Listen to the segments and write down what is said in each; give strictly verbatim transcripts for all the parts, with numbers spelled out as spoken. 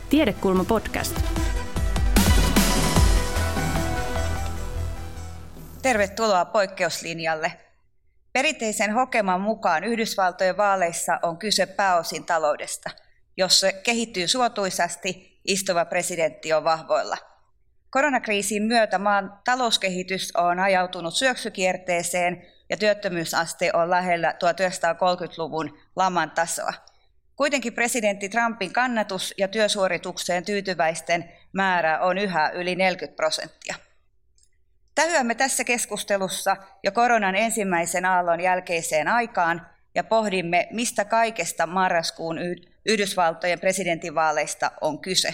Tiedekulma podcast. Tervetuloa poikkeuslinjalle. Perinteisen hokeman mukaan Yhdysvaltojen vaaleissa on kyse pääosin taloudesta. Jos se kehittyy suotuisasti, istuva presidentti on vahvoilla. Koronakriisin myötä maan talouskehitys on ajautunut syöksykierteeseen ja työttömyysaste on lähellä tuhatyhdeksänsataakolmekymmentäluvun laman tasoa. Kuitenkin presidentti Trumpin kannatus ja työsuoritukseen tyytyväisten määrä on yhä yli neljäkymmentä prosenttia. Tähyämme tässä keskustelussa jo koronan ensimmäisen aallon jälkeiseen aikaan ja pohdimme, mistä kaikesta marraskuun Yhdysvaltojen presidentinvaaleista on kyse.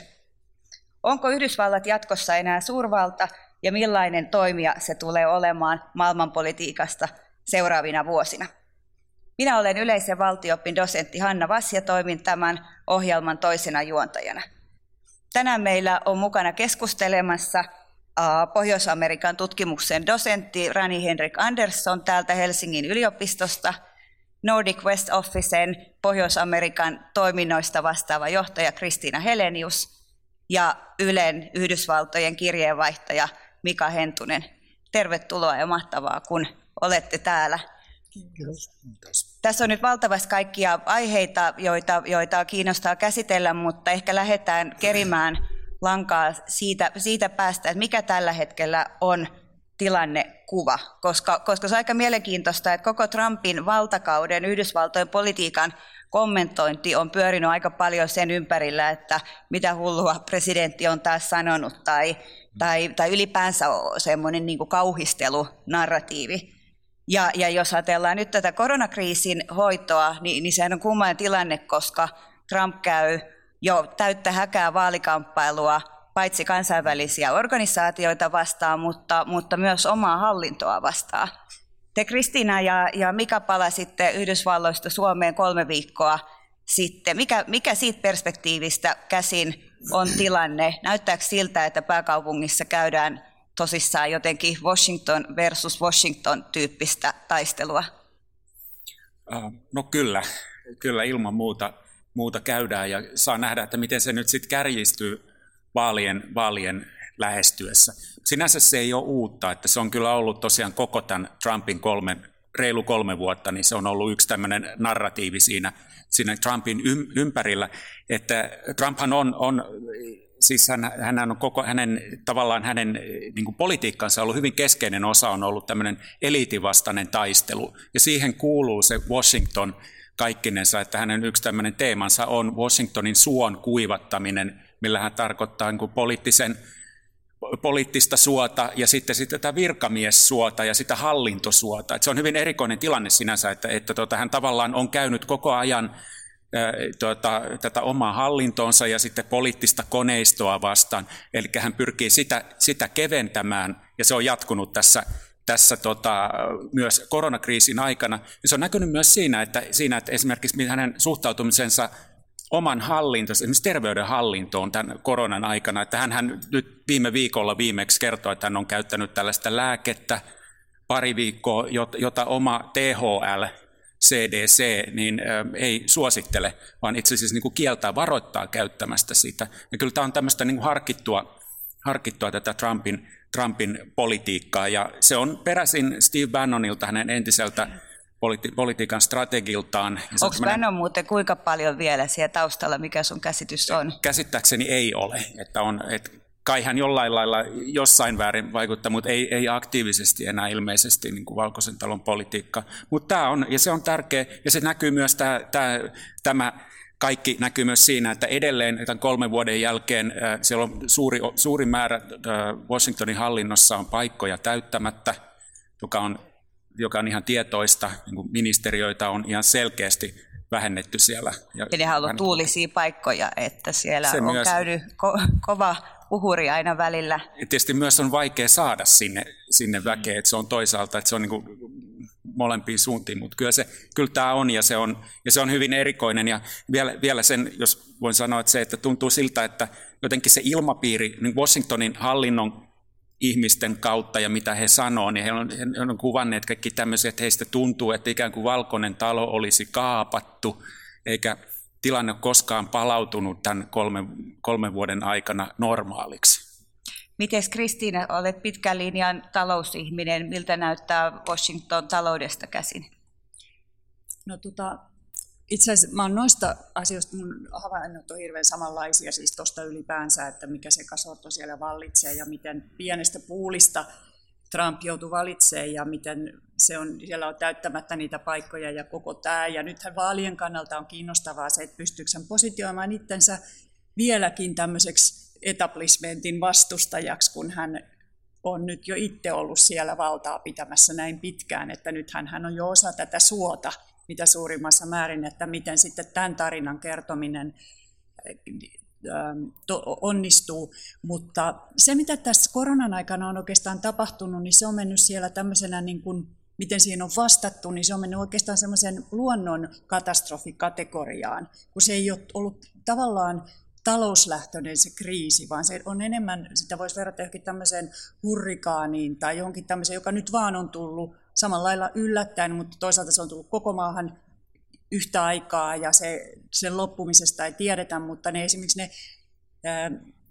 Onko Yhdysvallat jatkossa enää suurvalta ja millainen toimija se tulee olemaan maailmanpolitiikasta seuraavina vuosina? Minä olen yleisen valtio-opin dosentti Hanna Vass ja toimin tämän ohjelman toisena juontajana. Tänään meillä on mukana keskustelemassa Pohjois-Amerikan tutkimuksen dosentti Rani Henrik Andersson täältä Helsingin yliopistosta, Nordic West Officen Pohjois-Amerikan toiminnoista vastaava johtaja Kristiina Helenius ja Ylen Yhdysvaltojen kirjeenvaihtaja Mika Hentunen. Tervetuloa ja mahtavaa, kun olette täällä. Kiitos. Tässä on nyt valtavasti kaikkia aiheita, joita, joita kiinnostaa käsitellä, mutta ehkä lähdetään kerimään lankaa siitä, siitä päästä, että mikä tällä hetkellä on tilannekuva, koska, koska se on aika mielenkiintoista, että koko Trumpin valtakauden Yhdysvaltojen politiikan kommentointi on pyörinyt aika paljon sen ympärillä, että mitä hullua presidentti on taas sanonut, tai, tai, tai ylipäänsä on semmoinen niin kuin kauhistelunarratiivi. Ja, ja jos ajatellaan nyt tätä koronakriisin hoitoa, niin, niin sehän on kummallinen tilanne, koska Trump käy jo täyttä häkää vaalikamppailua paitsi kansainvälisiä organisaatioita vastaan, mutta, mutta myös omaa hallintoa vastaan. Te Kristiina ja, ja Mika palasitte Yhdysvalloista Suomeen kolme viikkoa sitten. Mikä, mikä siitä perspektiivistä käsin on tilanne? Näyttääkö siltä, että pääkaupungissa käydään tosissaan jotenkin Washington versus Washington tyyppistä taistelua? No kyllä, kyllä ilman muuta, muuta käydään ja saa nähdä, että miten se nyt sitten kärjistyy vaalien, vaalien lähestyessä. Sinänsä se ei ole uutta, että se on kyllä ollut tosiaan koko tämän Trumpin kolme, reilu kolme vuotta, niin se on ollut yksi tämmöinen narratiivi siinä, siinä Trumpin ympärillä, että Trumphan on, on siis hän, hän on koko hänen, tavallaan hänen niin kuin politiikkansa on ollut hyvin keskeinen osa, on ollut tämmöinen eliitivastainen taistelu, ja siihen kuuluu se Washington kaikkinensa, että hänen yksi tämmöinen teemansa on Washingtonin suon kuivattaminen, millä hän tarkoittaa niin kuin poliittisen, poliittista suota ja sitten, sitten tätä virkamiessuota ja sitä hallintosuota. Että se on hyvin erikoinen tilanne sinänsä, että, että tota, hän tavallaan on käynyt koko ajan Tuota, tätä omaa hallintoonsa ja sitten poliittista koneistoa vastaan. Eli hän pyrkii sitä, sitä keventämään ja se on jatkunut tässä, tässä tota, myös koronakriisin aikana. Ja se on näkynyt myös siinä, että, siinä, että esimerkiksi hänen suhtautumisensa oman hallintonsa, esimerkiksi terveydenhallintoon tämän koronan aikana, että hän, hän nyt viime viikolla viimeksi kertoi, että hän on käyttänyt tällaista lääkettä pari viikkoa, jota oma T H L C D C niin ä, ei suosittele, vaan itse asiassa niin kuin kieltää, varoittaa käyttämästä sitä. Ja kyllä tämä on tämmöistä niin kuin harkittua, harkittua tätä Trumpin, Trumpin politiikkaa, ja se on peräisin Steve Bannonilta, hänen entiseltä politi- politiikan strategiltaan. Onko Bannon muuten kuinka paljon vielä siellä taustalla, mikä sun käsitys on? Käsittääkseni ei ole, että on... Että kai hän jollain lailla jossain väärin vaikuttaa, mutta ei, ei aktiivisesti enää ilmeisesti niin kuin Valkoisen talon politiikka. Mutta tämä on, ja se on tärkeä, ja se näkyy myös, tämä, tämä, tämä kaikki näkyy myös siinä, että edelleen tämän kolmen vuoden jälkeen äh, siellä on suuri, suuri määrä äh, Washingtonin hallinnossa on paikkoja täyttämättä, joka on, joka on ihan tietoista, niin kuin ministeriöitä on ihan selkeästi vähennetty siellä. Ja Eli hän on ollut tuulisia paikkoja, että siellä se on myös käynyt ko- kova uhuri aina välillä. Tietysti myös on vaikea saada sinne, sinne väkeä, että se on toisaalta, että se on niin kuin molempiin suuntiin, mutta kyllä, se, kyllä tämä on ja, se on ja se on hyvin erikoinen. Ja vielä, vielä sen, jos voin sanoa, että se, että tuntuu siltä, että jotenkin se ilmapiiri niin Washingtonin hallinnon ihmisten kautta ja mitä he sanoo, niin he on, he on kuvanneet kaikki tämmöisiä, että heistä tuntuu, että ikään kuin Valkoinen talo olisi kaapattu, eikä tilanne ole koskaan palautunut tämän kolmen, kolmen vuoden aikana normaaliksi. Miten Kristiina, olet pitkän linjan talousihminen, miltä näyttää Washington taloudesta käsin? No tota, itse asiassa mä oon noista asioista, mun havainnot on hirveän samanlaisia, siis tuosta ylipäänsä, että mikä se kasorto siellä vallitsee ja miten pienestä puulista Trump joutui valitsemaan ja miten se on, siellä on täyttämättä niitä paikkoja ja koko tämä. Ja nythän vaalien kannalta on kiinnostavaa se, että pystyykö hän positioimaan itsensä vieläkin tämmöiseksi etablishmentin vastustajaksi, kun hän on nyt jo itse ollut siellä valtaa pitämässä näin pitkään, että nythän hän on jo osa tätä suota, mitä suurimmassa määrin, että miten sitten tämän tarinan kertominen onnistuu, mutta se mitä tässä koronan aikana on oikeastaan tapahtunut, niin se on mennyt siellä tämmöisenä, niin kuin, miten siihen on vastattu, niin se on mennyt oikeastaan semmoisen luonnon katastrofikategoriaan, kun se ei ole ollut tavallaan talouslähtöinen se kriisi, vaan se on enemmän, sitä voisi verrata johonkin tämmöiseen hurrikaaniin tai johonkin tämmöiseen, joka nyt vaan on tullut samalla lailla yllättäen, mutta toisaalta se on tullut koko maahan yhtä aikaa ja se, sen loppumisesta ei tiedetä, mutta ne esimerkiksi ne ää,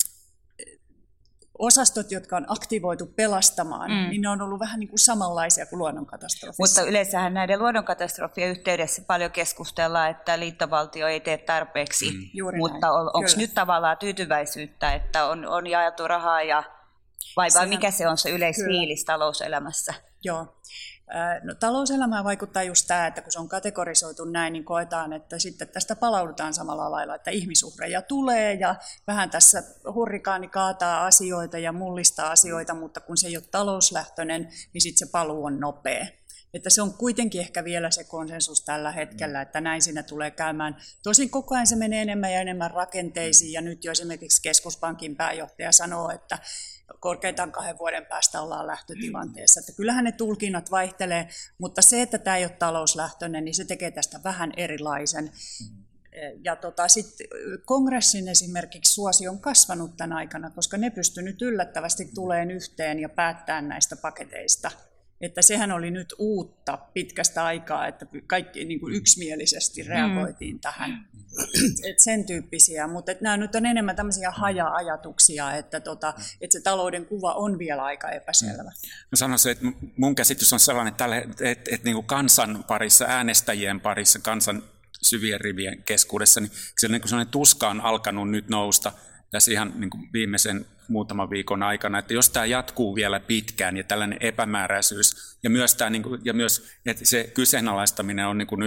osastot, jotka on aktivoitu pelastamaan, mm. niin ne on ollut vähän niin kuin samanlaisia kuin luonnonkatastrofissa. Mutta yleensähän näiden luonnonkatastrofien yhteydessä paljon keskustellaan, että liittovaltio ei tee tarpeeksi, mm. mutta on, onko nyt tavallaan tyytyväisyyttä, että on, on jaeltu rahaa ja vai, vai mikä se on se yleisfiilis talouselämässä? Joo. No, talouselämään vaikuttaa just tämä, että kun se on kategorisoitu näin, niin koetaan, että sitten tästä palaudutaan samalla lailla, että ihmisuhreja tulee ja vähän tässä hurrikaani kaataa asioita ja mullistaa asioita, mutta kun se ei ole talouslähtöinen, niin sitten se paluu on nopea. Että se on kuitenkin ehkä vielä se konsensus tällä hetkellä, että näin siinä tulee käymään. Tosin koko ajan se menee enemmän ja enemmän rakenteisiin ja nyt jo esimerkiksi keskuspankin pääjohtaja sanoo, että korkeintaan kahden vuoden päästä ollaan lähtötilanteessa. Että kyllähän ne tulkinnat vaihtelee, mutta se, että tämä ei ole talouslähtöinen, niin se tekee tästä vähän erilaisen. Ja tota, sitten kongressin esimerkiksi suosio on kasvanut tämän aikana, koska ne pystynyt yllättävästi tulemaan yhteen ja päättämään näistä paketeista. Että sehän oli nyt uutta pitkästä aikaa, että kaikki niin kuin yksimielisesti reagoitiin mm. tähän. Et sen tyyppisiä, mutta et nämä nyt on enemmän tämmöisiä haja-ajatuksia, että, tota, että se talouden kuva on vielä aika epäselvä. Mä sanoisin, että mun käsitys on sellainen, että, tälle, että, että, että niin kuin kansan parissa, äänestäjien parissa, kansan syvien rivien keskuudessa, niin se niin kuin sellainen tuska on alkanut nyt nousta tässä ihan niin kuin viimeisen muutaman viikon aikana, että jos tämä jatkuu vielä pitkään ja tällainen epämääräisyys ja myös, tämä, niin kuin, ja myös että se kyseenalaistaminen on niin kuin nyt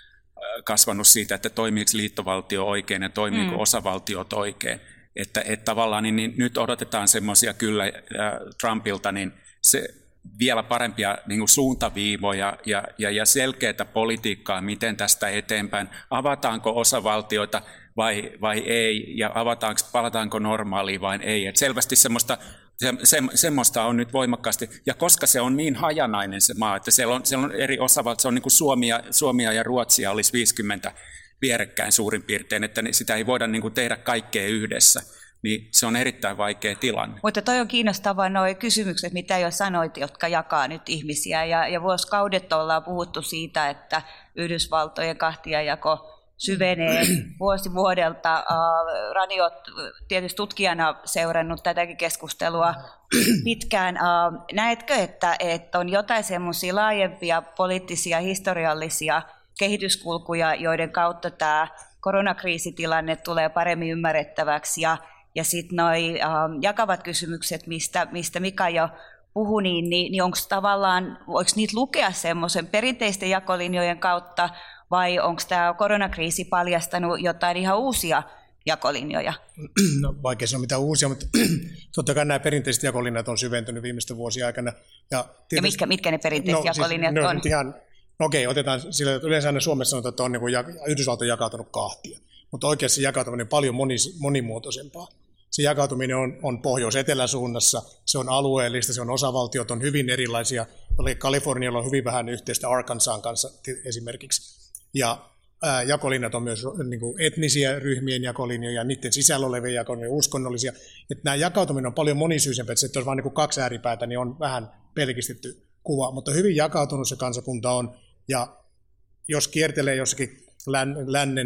kasvanut siitä, että toimiiko liittovaltio oikein ja toimiiko mm. osavaltiot oikein, että, että tavallaan niin, niin nyt odotetaan semmoisia kyllä äh, Trumpilta niin se vielä parempia niin kuin suuntaviivoja ja, ja, ja selkeää politiikkaa, miten tästä eteenpäin, avataanko osavaltioita vai, vai ei, ja avataanko, palataanko normaaliin vai ei. Et selvästi semmoista, se, se, semmoista on nyt voimakkaasti, ja koska se on niin hajanainen se maa, että siellä on, siellä on eri osavaltioita, se on niin kuin Suomia, Suomia ja Ruotsia olisi viisikymmentä vierekkäin suurin piirtein, että sitä ei voida niin kuin tehdä kaikkea yhdessä. Niin se on erittäin vaikea tilanne. Mutta toi on kiinnostavaa nuo kysymykset, mitä jo sanoit, jotka jakaa nyt ihmisiä. Ja, ja vuosikaudet ollaan puhuttu siitä, että Yhdysvaltojen kahtiajako syvenee vuosi vuodelta. Uh, Raniot tietysti tutkijana seurannut tätäkin keskustelua pitkään. Uh, näetkö, että, että on jotain semmoisia laajempia poliittisia, historiallisia kehityskulkuja, joiden kautta tämä koronakriisitilanne tulee paremmin ymmärrettäväksi ja Ja sitten nuo äh, jakavat kysymykset, mistä, mistä Mika jo puhui, niin, niin, niin onko tavallaan, voiko niitä lukea semmoisen perinteisten jakolinjojen kautta, vai onko tämä koronakriisi paljastanut jotain ihan uusia jakolinjoja? No, vaikea sanoa mitään uusia, mutta totta kai nämä perinteiset jakolinjat on syventynyt viimeisten vuosien aikana. Ja, tietysti, ja mitkä, mitkä ne perinteiset no, jakolinjat siis, on? Ihan, no okei, otetaan sillä, että yleensä aina Suomessa sanotaan, että on niin kuin Yhdysvalto on jakautunut kahtia. Mutta oikeasti jakautuminen on paljon monis, monimuotoisempaa. Se jakautuminen on, on pohjois-eteläsuunnassa, se on alueellista, se on osavaltiot, on hyvin erilaisia. Kalifornialla on hyvin vähän yhteistä Arkansan kanssa esimerkiksi. Ja ää, jakolinjat on myös niin kuin etnisiä ryhmien jakolinjoja, niiden sisällä olevia jakolinjoja, uskonnollisia. Että nämä jakautuminen on paljon monisyisempää, että se on vain niin kuin kaksi ääripäätä, niin on vähän pelkistetty kuva. Mutta hyvin jakautunut se kansakunta on, ja jos kiertelee jossakin lännen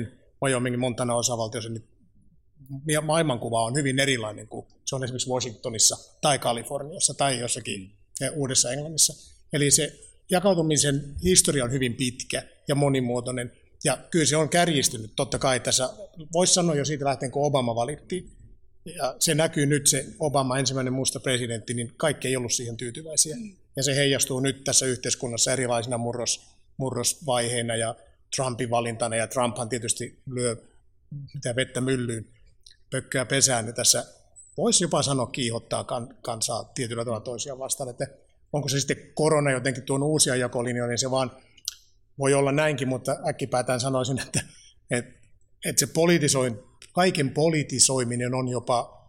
Wyomingin Montana osavaltiossa, niin maailmankuva on hyvin erilainen kuin se on esimerkiksi Washingtonissa tai Kaliforniassa tai jossakin Uudessa Englannissa. Eli se jakautumisen historia on hyvin pitkä ja monimuotoinen, ja kyllä se on kärjistynyt totta kai tässä. Voisi sanoa jo siitä lähtien, kun Obama valittiin, ja se näkyy nyt, se Obama ensimmäinen musta presidentti, niin kaikki ei ollut siihen tyytyväisiä. Ja se heijastuu nyt tässä yhteiskunnassa erilaisina murros, murrosvaiheina ja Trumpin valintana, ja Trumphan tietysti lyö mitä vettä myllyyn, pökköä pesään, ja tässä voisi jopa sanoa kiihottaa kansaa tietyllä tavalla toisiaan vastaan, että onko se sitten korona jotenkin tuon uusia jakolinjoja, niin se vaan voi olla näinkin, mutta äkkipäätään sanoisin, että, että, että se politisoin, kaiken politisoiminen on jopa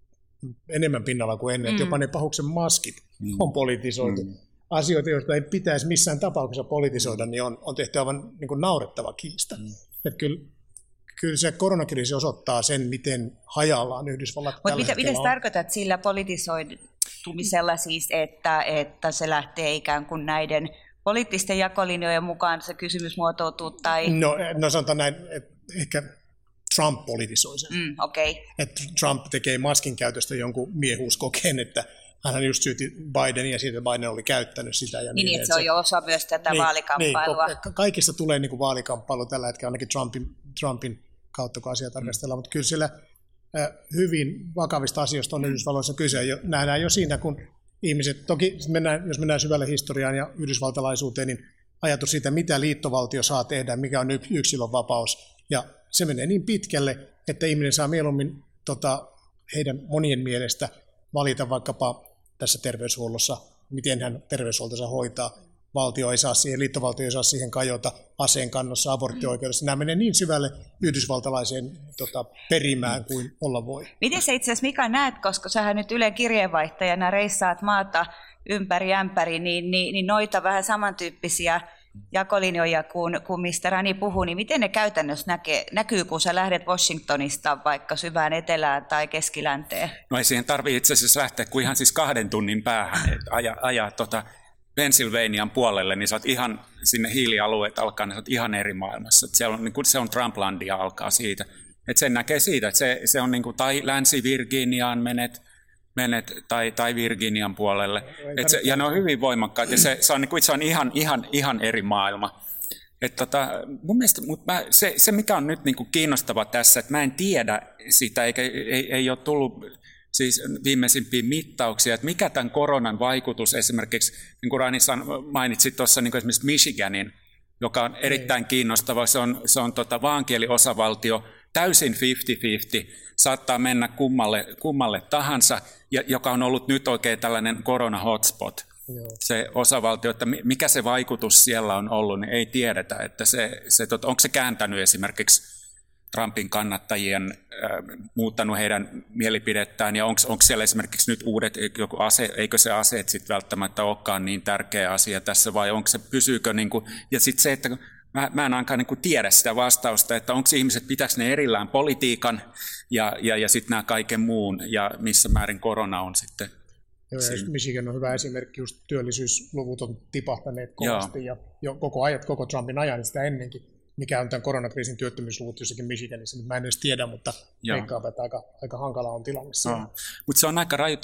enemmän pinnalla kuin ennen, mm. että jopa ne pahuksen maskit mm. on politisoitu. Mm. Asioita, joita ei pitäisi missään tapauksessa politisoida, niin on, on tehty aivan niin kuin naurettava kiista. Mm. Että kyllä, kyllä se koronakriisi osoittaa sen, miten hajallaan Yhdysvallat tällä hetkellä on. Mitä sä tarkoitat sillä politisoitumisella siis, että, että se lähtee ikään kuin näiden poliittisten jakolinjojen mukaan se kysymys muotoutuu? Tai... No, no sanotaan näin, että ehkä Trump politisoi sen. Mm, okay. Että Trump tekee maskin käytöstä jonkun miehuuskokeen, että hän just syyti Bidenia ja siitä Biden oli käyttänyt sitä. Ja niin, niin että se on jo osa myös tätä niin, vaalikamppailua. Niin, kaikista tulee niin kuin vaalikamppailu tällä hetkellä, ainakin Trumpin, Trumpin kautta, kun asiaa tarkastellaan, mm. mutta kyllä siellä äh, hyvin vakavista asioista on Yhdysvalloissa kyse. Jo, nähdään jo siinä, kun ihmiset, toki mennään, jos mennään syvälle historiaan ja yhdysvaltalaisuuteen, niin ajatus siitä, mitä liittovaltio saa tehdä, mikä on yksilön vapaus. Ja se menee niin pitkälle, että ihminen saa mieluummin tota, heidän monien mielestä valita vaikkapa tässä terveyshuollossa, miten hän terveyshuoltonsa hoitaa. Valtio ei saa siihen, liittovaltio ei saa siihen kajota aseen kannossa, aborttioikeudessa. Nämä menee niin syvälle yhdysvaltalaiseen tota, perimään kuin olla voi. Miten sä itse asiassa, Mika, näet, koska sähän nyt Ylen kirjeenvaihtajana reissaat maata ympäri ämpäri, niin, niin, niin noita vähän samantyyppisiä jakolinjoja kuin, kuin mistä Rani puhui, niin miten ne käytännössä näkee, näkyy, kun sä lähdet Washingtonista vaikka syvään etelään tai keskilänteen? No ei siihen tarvitse itse asiassa lähteä kuin ihan siis kahden tunnin päähän, että ajaa, ajaa tota Pennsylvanian puolelle, niin sä oot ihan sinne hiilialueet alkaa, niin sä oot ihan eri maailmassa. Että siellä on, niin kuin se on Trumplandia alkaa siitä. Että sen näkee siitä, että se, se on niin kuin, tai Länsi-Virginiaan menet, menet tai, tai Virginian puolelle. Et se, ja ne on hyvin voimakkaat, ja se, se on, niin kuin, se on ihan, ihan, ihan eri maailma. Et tota, mun mielestä, mut mä, se, se, mikä on nyt niin kuin kiinnostava tässä, että mä en tiedä sitä, eikä ei, ei ole tullut siis viimeisimpiä mittauksia, että mikä tämän koronan vaikutus esimerkiksi, niin kuin Rani mainitsi tuossa niin kuin esimerkiksi Michiganin, joka on erittäin kiinnostava, se on, se on tota vaankieliosavaltio, täysin viisikymmentä viisikymmentä, saattaa mennä kummalle, kummalle tahansa, ja, joka on ollut nyt oikein tällainen korona-hotspot. Joo. Se osavaltio, että mikä se vaikutus siellä on ollut, niin ei tiedetä, että se, se, onko se kääntänyt esimerkiksi Trumpin kannattajien, äh, muuttanut heidän mielipidettään, ja onko siellä esimerkiksi nyt uudet, joku ase, eikö se aseet sitten välttämättä olekaan niin tärkeä asia tässä, vai onko se, pysyykö, niin kuin, ja sitten se, että mä, mä en ainakaan niin kuin tiedä sitä vastausta, että onko ihmiset, pitääkö ne erillään politiikan, ja, ja, ja sitten nämä kaiken muun, ja missä määrin korona on sitten. Joo, ja Michigan on hyvä esimerkki, just työllisyysluvut on tipahtaneet kovasti, ja jo koko, ajat, koko Trumpin ajan, niin sitä ennenkin. Mikä on tämän koronakriisin työttömyysluvut jossakin Michiganissa, niin mä en edes tiedä, mutta veikkaan, että aika, aika hankala on tilanne siellä. No. Mutta se on aika raju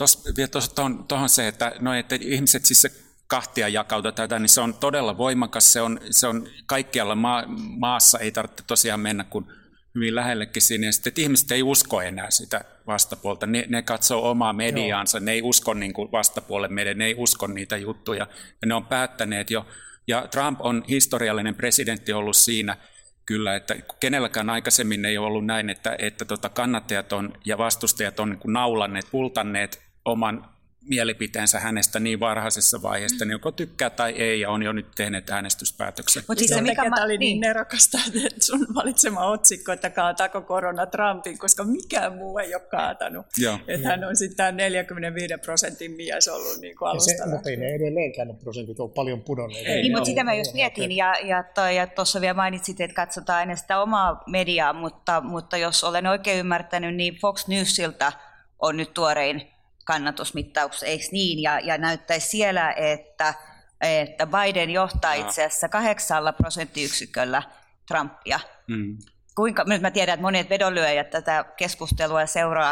tuohon se, että, no, että ihmiset siis se kahtia jakauta tätä, niin se on todella voimakas, se on, se on kaikkialla maa, maassa, ei tarvitse tosiaan mennä kuin hyvin lähellekin siinä, ja sitten, että ihmiset ei usko enää sitä vastapuolta, ne, ne katsoo omaa mediaansa, Joo. ne ei usko niin kuin vastapuolen meidän, ne ei usko niitä juttuja, ja ne on päättäneet jo. Ja Trump on historiallinen presidentti ollut siinä kyllä, että kenelläkään aikaisemmin ei ole ollut näin, että, että tota kannattajat on ja vastustajat on niin kuin naulanneet, pultanneet oman mielipiteensä hänestä niin varhaisessa vaiheessa, niin joko tykkää tai ei, ja on jo nyt tehneet äänestyspäätöksen. Mutta siis se, mikä mä... oli niin nerokasta, että sun valitsema otsikko, että kaataako korona Trumpin, koska mikään muu ei ole kaatanut. Että hän on sitten tämä neljäkymmentäviisi prosentin mies ollut niin kuin alusta lähtien. Mutta ei ne edelleenkään ne prosentit ole paljon pudonneet. Ei, niin, mutta sitä mä just mietin, ja, ja, ja tuossa vielä mainitsit, että katsotaan aina sitä omaa mediaa, mutta, mutta jos olen oikein ymmärtänyt, niin Fox Newsilta on nyt tuorein kannatusmittaus, eikö niin? Ja, ja näyttäisi siellä, että, että Biden johtaa itse asiassa kahdeksalla prosenttiyksiköllä Trumpia. Mm. kuinka, nyt mä tiedän, että monet vedonlyöjät tätä keskustelua seuraa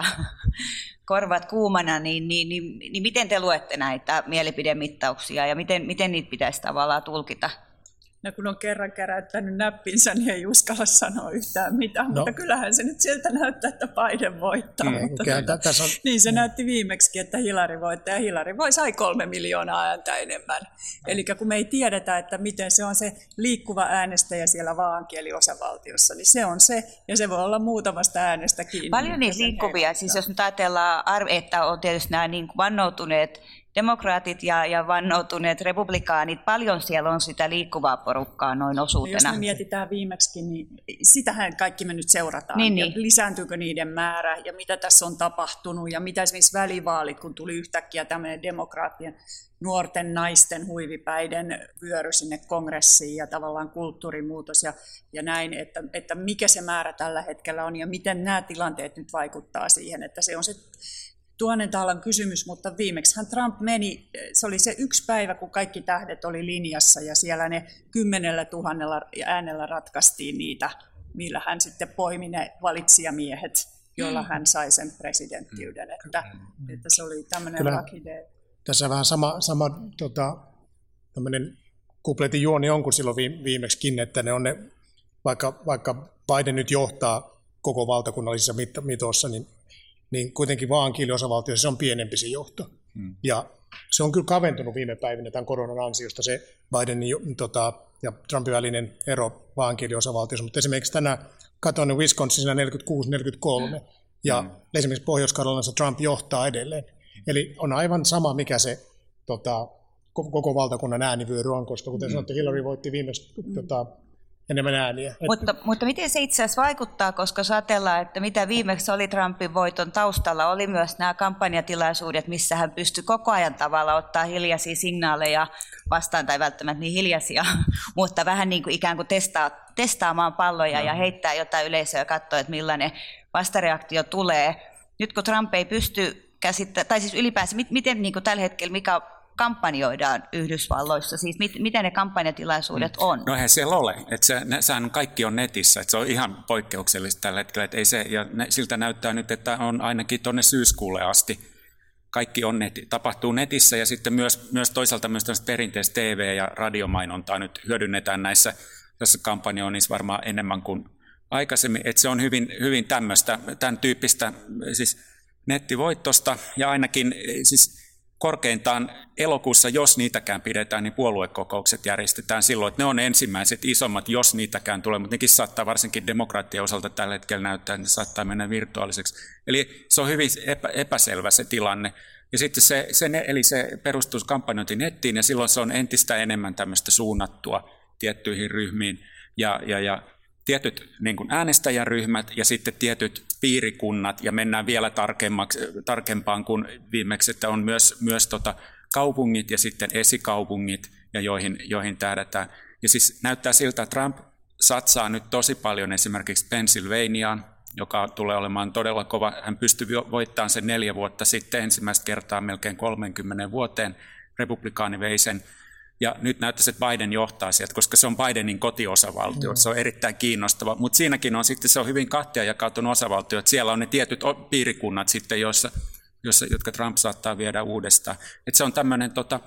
korvat kuumana, niin, niin, niin, niin miten te luette näitä mielipidemittauksia ja miten, miten niitä pitäisi tavallaan tulkita? No kun on kerran käräyttänyt näppinsä, niin ei uskalla sanoa yhtään mitään, no. Mutta kyllähän se nyt siltä näyttää, että Biden voittaa. Mm, mutta okay, tuota, on... Niin se näytti viimeksi, että Hillary voittaa, ja Hillary voi sai kolme miljoonaa ääntä enemmän. Eli kun me ei tiedetä, että miten se on se liikkuva äänestäjä siellä vaankieliosavaltiossa, niin se on se, ja se voi olla muutamasta äänestä kiinni. Paljon niitä liikkuvia, siis jos nyt ajatellaan, että on tietysti nämä niin vannoutuneet demokraatit ja, ja vannoutuneet republikaanit, paljon siellä on sitä liikkuvaa porukkaa noin osuutena. Jos me mietitään viimeksi, niin sitähän kaikki me nyt seurataan. Niin, ja niin. Lisääntyykö niiden määrä ja mitä tässä on tapahtunut ja mitä esimerkiksi välivaalit, kun tuli yhtäkkiä tämmöinen demokraattien nuorten naisten huivipäiden vyöry sinne kongressiin ja tavallaan kulttuurimuutos ja, ja näin, että, että mikä se määrä tällä hetkellä on ja miten nämä tilanteet nyt vaikuttaa siihen, että se on se tuhannen taalan kysymys, mutta viimeksihän Trump meni, se oli se yksi päivä, kun kaikki tähdet oli linjassa ja siellä ne kymmenellä tuhannella äänellä ratkaistiin niitä, millä hän sitten poimi ne valitsijamiehet, joilla hän sai sen presidenttiyden, että, että se oli tämmöinen rakide. Tässä on vähän sama, sama tota, tämmöinen kupletin juoni on kuin silloin viimeksikin, että ne on ne, vaikka, vaikka Biden nyt johtaa koko valtakunnallisessa mitossa, niin niin kuitenkin vaankieliosavaltiossa se on pienempi se johto. Hmm. Ja se on kyllä kaventunut viime päivinä tämän koronan ansiosta se Bidenin tota, ja Trumpin välinen ero vaankieliosavaltiossa, mutta esimerkiksi tänään katsoin Wisconsinissa neljäkymmentäkuusi neljäkymmentäkolme, ja hmm. esimerkiksi Pohjois-Carolinassa Trump johtaa edelleen. Eli on aivan sama, mikä se tota, koko valtakunnan äänivyöry on, koska kuten hmm. sanotte, Hillary voitti viimeksi hmm. tota, enemmän ääniä. Mutta, mutta miten se itse asiassa vaikuttaa, koska jos ajatellaan, että mitä viimeksi oli Trumpin voiton taustalla, oli myös nämä kampanjatilaisuudet, missä hän pystyi koko ajan tavalla ottaa hiljaisia signaaleja vastaan, tai välttämättä niin hiljaisia, mutta vähän niin kuin ikään kuin testaa, testaamaan palloja no. ja heittää jotain yleisöä ja katsoa, että millainen vastareaktio tulee. Nyt kun Trump ei pysty käsittämään, tai siis ylipäänsä, miten niin kuin tällä hetkellä, mikä kampanjoidaan Yhdysvalloissa, siis mit, mitä ne kampanjatilaisuudet on? No eihän siellä ole, että se, ne, sehän kaikki on netissä, että se on ihan poikkeuksellista tällä hetkellä, että ei se, ja ne, siltä näyttää nyt, että on ainakin tuonne syyskuulle asti, kaikki on neti, tapahtuu netissä ja sitten myös, myös toisaalta myös perinteistä T V- ja radiomainontaa nyt hyödynnetään näissä tässä kampanjoinnissa varmaan enemmän kuin aikaisemmin, että se on hyvin, hyvin tämmöistä, tämän tyyppistä siis nettivoittosta ja ainakin siis korkeintaan elokuussa, jos niitäkään pidetään, niin puoluekokoukset järjestetään silloin, että ne on ensimmäiset isommat, jos niitäkään tulee, mutta nekin saattaa varsinkin demokraattien osalta tällä hetkellä näyttää, että ne saattaa mennä virtuaaliseksi. Eli se on hyvin epä, epäselvä se tilanne. Ja sitten se, se, eli se perustuu kampanjointi nettiin, ja silloin se on entistä enemmän tämmöistä suunnattua tiettyihin ryhmiin, ja, ja, ja tietyt niin kuin äänestäjäryhmät ja sitten tietyt piirikunnat, ja mennään vielä tarkempaan kuin viimeksi, että on myös, myös tota kaupungit ja sitten esikaupungit, ja joihin, joihin tähdätään. Ja siis näyttää siltä, että Trump satsaa nyt tosi paljon esimerkiksi Pennsylvaniaan, joka tulee olemaan todella kova. Hän pystyi voittamaan sen neljä vuotta sitten ensimmäistä kertaa melkein kolmekymmentä vuoteen. Republikaani vei sen. Ja nyt näyttäisi, että Biden johtaa sieltä, koska se on Bidenin kotiosavaltio. Mm. Se on erittäin kiinnostava. Mutta siinäkin on sitten, se on hyvin kahtia jakautunut osavaltio. Että siellä on ne tietyt piirikunnat sitten, joissa, joissa, jotka Trump saattaa viedä uudestaan. Että se on tämmöinen, tota,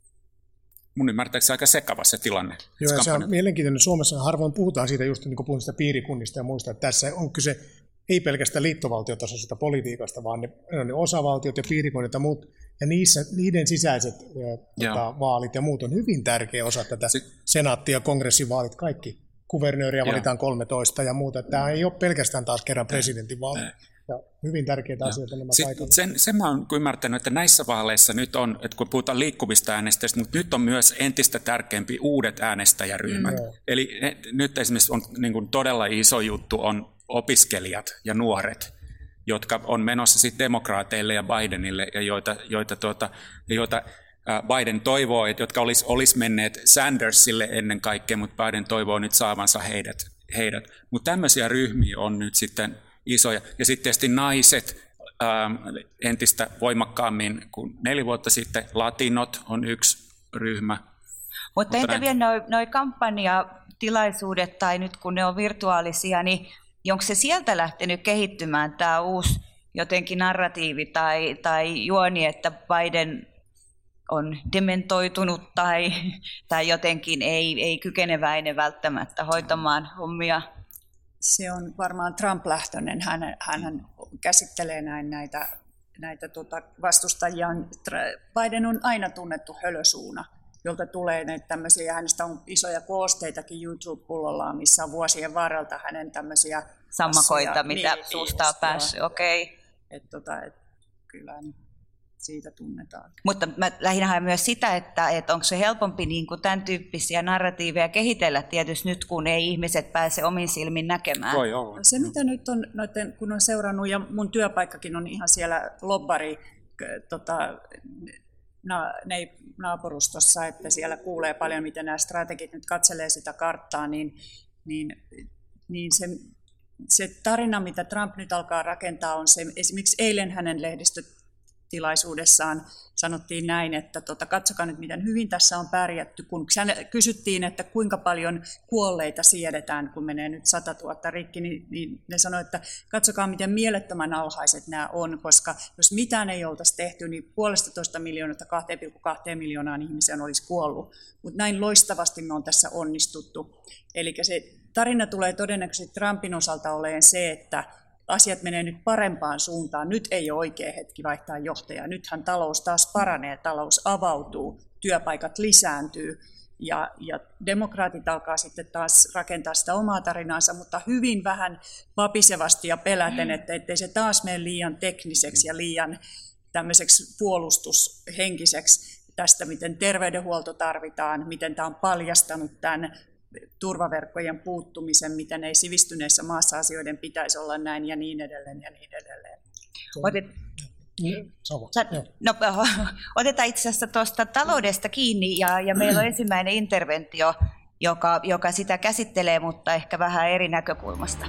mun ymmärtääkseni aika sekava se tilanne. Joo, ja se on mielenkiintoinen. Suomessa harvoin puhutaan siitä, just niin kuin puhutaan sitä piirikunnista ja muista, että tässä on kyse ei pelkästään liittovaltiotasoisesta politiikasta, vaan ne, ne osavaltiot ja piirikunnat ja muut, ja niissä, niiden sisäiset tota, vaalit ja muut on hyvin tärkeä osa tätä se, senaatti- ja kongressivaalit, kaikki. Kuvernööriä valitaan kolmetoista ja muuta. Tämä ei ole pelkästään taas kerran presidentinvaali. Ja hyvin tärkeitä asioita nämä paikalla. Sen, sen mä oon ymmärtänyt, että näissä vaaleissa nyt on, että kun puhutaan liikkuvista äänestäjistä, mutta nyt on myös entistä tärkeämpi uudet äänestäjäryhmät. Mm. Eli ne, nyt esimerkiksi on niin kuin todella iso juttu on opiskelijat ja nuoret, jotka on menossa sitten demokraateille ja Bidenille, ja joita, joita, tuota, joita Biden toivoo, että jotka olisi, olisi menneet Sandersille ennen kaikkea, mutta Biden toivoo nyt saavansa heidät. heidät. Mutta tämmöisiä ryhmiä on nyt sitten isoja. Ja sitten tietysti naiset ähm, entistä voimakkaammin kuin neljä vuotta sitten. Latinot on yksi ryhmä. Mutta, Mutta entä näin... vielä nuo kampanjatilaisuudet, tai nyt kun ne on virtuaalisia, niin onko se sieltä lähtenyt kehittymään tämä uusi jotenkin narratiivi tai, tai juoni, että Biden on dementoitunut tai, tai jotenkin ei, ei kykeneväinen välttämättä hoitamaan hommia? Se on varmaan Trump-lähtöinen. Hän, hän käsittelee näin näitä, näitä tota vastustajia. Biden on aina tunnettu hölösuuna, jolta tulee näitä tämmöisiä, hänestä on isoja koosteitakin YouTube-pullollaan, missä on vuosien varrelta hänen tämmöisiä sammakoita, assoja, mitä niin, suusta on päässyt, okei. Okay. Et tota, et, kyllä siitä tunnetaan. Mutta mä lähinnä haen myös sitä, että, että onko se helpompi niin kuin tämän tyyppisiä narratiiveja kehitellä tietysti nyt, kun ei ihmiset pääse omin silmin näkemään. Voi olla. Se mitä nyt on, noiden, kun on seurannut, ja mun työpaikkakin on ihan siellä lobbari, tota, na, ne, naapurustossa, että siellä kuulee paljon, miten nämä strategit nyt katselee sitä karttaa, niin, niin, niin se, se tarina, mitä Trump nyt alkaa rakentaa, on se, esimerkiksi eilen hänen lehdistötilaisuudessaan sanottiin näin, että tota, katsokaa nyt, miten hyvin tässä on pärjätty, kun kysyttiin, että kuinka paljon kuolleita siedetään, kun menee nyt satatuhatta rikki, niin, niin ne sanoivat, että katsokaa, miten mielettömän alhaiset nämä on, koska jos mitään ei oltaisi tehty, niin puolesta toista miljoonasta kaksi pilkku kaksi miljoonaan ihmiseen olisi kuollut. Mutta näin loistavasti me on tässä onnistuttu. Eli se tarina tulee todennäköisesti Trumpin osalta olemaan se, että asiat menee nyt parempaan suuntaan. Nyt ei ole oikea hetki vaihtaa johtajaa. Nythän talous taas paranee, talous avautuu, työpaikat lisääntyy ja, ja demokraatit alkaa sitten taas rakentaa sitä omaa tarinaansa, mutta hyvin vähän vapisevasti ja peläten, että ettei se taas mene liian tekniseksi ja liian tämmöiseksi puolustushenkiseksi tästä, miten terveydenhuolto tarvitaan, miten tämä on paljastanut tämän turvaverkkojen puuttumisen, miten ei sivistyneessä maassa asioiden pitäisi olla näin ja niin edelleen ja niin edelleen. Otet... No, otetaan itse asiassa tuosta taloudesta kiinni ja, ja meillä on ensimmäinen interventio, joka, joka sitä käsittelee, mutta ehkä vähän eri näkökulmasta.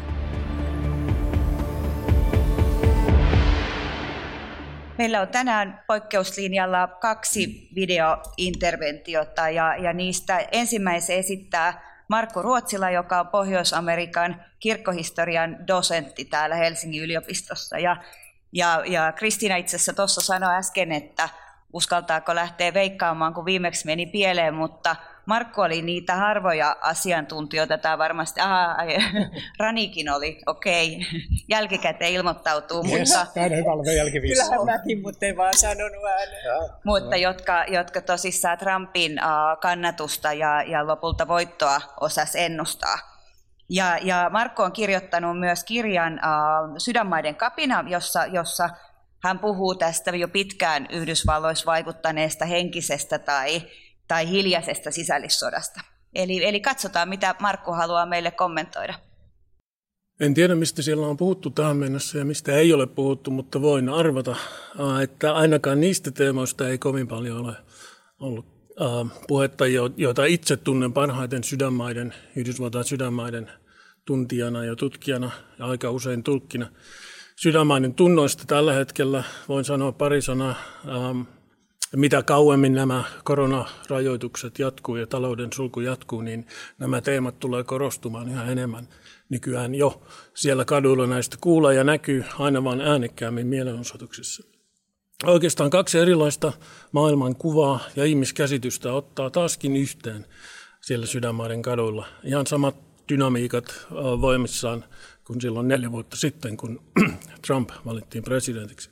Meillä on tänään poikkeuslinjalla kaksi videointerventiota ja, ja niistä ensimmäisen esittää Markku Ruotsila, joka on Pohjois-Amerikan kirkkohistorian dosentti täällä Helsingin yliopistossa. Ja, ja, ja Kristiina itse asiassa tuossa sanoi äsken, että uskaltaako lähteä veikkaamaan, kun viimeksi meni pieleen, mutta Markku oli niitä harvoja asiantuntijoita, tämä varmasti, aha, Ranikin oli, okei, okay. Jälkikäteen ilmoittautuu, yes, mutta kyllähän mäkin, mutta ei vaan sanonut ääneen. Mutta jotka, jotka tosissaan Trumpin uh, kannatusta ja, ja lopulta voittoa osas ennustaa. Ja, ja Markku on kirjoittanut myös kirjan uh, Sydänmaiden kapina, jossa, jossa hän puhuu tästä jo pitkään Yhdysvalloissa vaikuttaneesta henkisestä tai tai hiljaisesta sisällissodasta. Eli, eli katsotaan, mitä Markku haluaa meille kommentoida. En tiedä, mistä siellä on puhuttu tähän mennessä ja mistä ei ole puhuttu, mutta voin arvata, että ainakaan niistä teemoista ei kovin paljon ole ollut puhetta, joita itse tunnen parhaiten sydänmaiden, Yhdysvaltain sydänmaiden tuntijana ja tutkijana ja aika usein tulkkina. Sydänmaiden tunnoista tällä hetkellä voin sanoa pari sanaa. Mitä kauemmin nämä koronarajoitukset jatkuu ja talouden sulku jatkuu, niin nämä teemat tulee korostumaan ihan enemmän. Nykyään jo siellä kaduilla näistä kuulee ja näkyy aina vain äänekkäämmin mielenosoituksissa. Oikeastaan kaksi erilaista maailmankuvaa ja ihmiskäsitystä ottaa taaskin yhteen siellä Sydänmaiden kaduilla. Ihan samat dynamiikat voimissaan kuin silloin neljä vuotta sitten, kun Trump valittiin presidentiksi.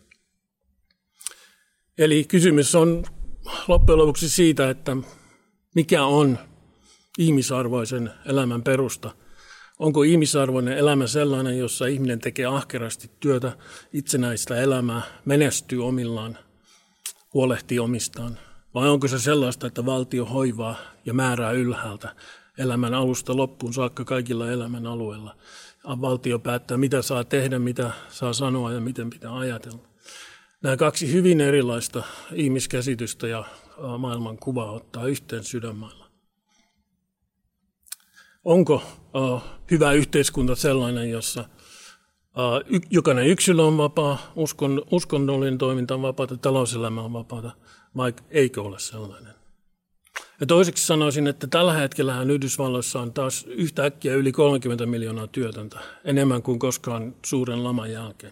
Eli kysymys on loppujen lopuksi siitä, että mikä on ihmisarvoisen elämän perusta. Onko ihmisarvoinen elämä sellainen, jossa ihminen tekee ahkerasti työtä, itsenäistä elämää, menestyy omillaan, huolehtii omistaan? Vai onko se sellaista, että valtio hoivaa ja määrää ylhäältä elämän alusta loppuun saakka kaikilla elämän alueilla? Valtio päättää, mitä saa tehdä, mitä saa sanoa ja miten pitää ajatella. Nämä kaksi hyvin erilaista ihmiskäsitystä ja maailmankuvaa ottaa yhteen Sydänmailla. Onko uh, hyvä yhteiskunta sellainen, jossa uh, y- jokainen yksilö on vapaa, uskon, uskonnollinen toiminta on vapaata, talouselämä on vapaata, vai eikö ole sellainen? Ja toiseksi sanoisin, että tällä hetkellähän Yhdysvalloissa on taas yhtäkkiä yli kolmekymmentä miljoonaa työtöntä, enemmän kuin koskaan suuren laman jälkeen.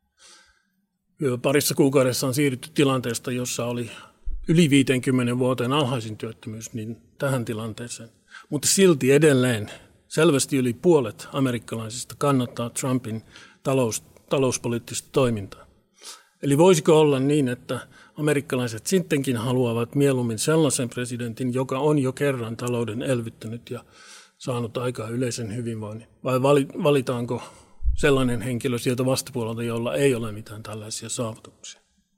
Parissa kuukaudessa on siirrytty tilanteesta, jossa oli yli viisikymmentä vuoteen alhaisin työttömyys, niin tähän tilanteeseen. Mutta silti edelleen selvästi yli puolet amerikkalaisista kannattaa Trumpin talous, talouspoliittista toimintaa. Eli voisiko olla niin, että amerikkalaiset sittenkin haluavat mieluummin sellaisen presidentin, joka on jo kerran talouden elvyttänyt ja saanut aikaa yleisen hyvinvoinnin? Vai valitaanko sellainen henkilö sieltä vastapuolelta, jolla ei ole mitään tällaisia saavutuksia?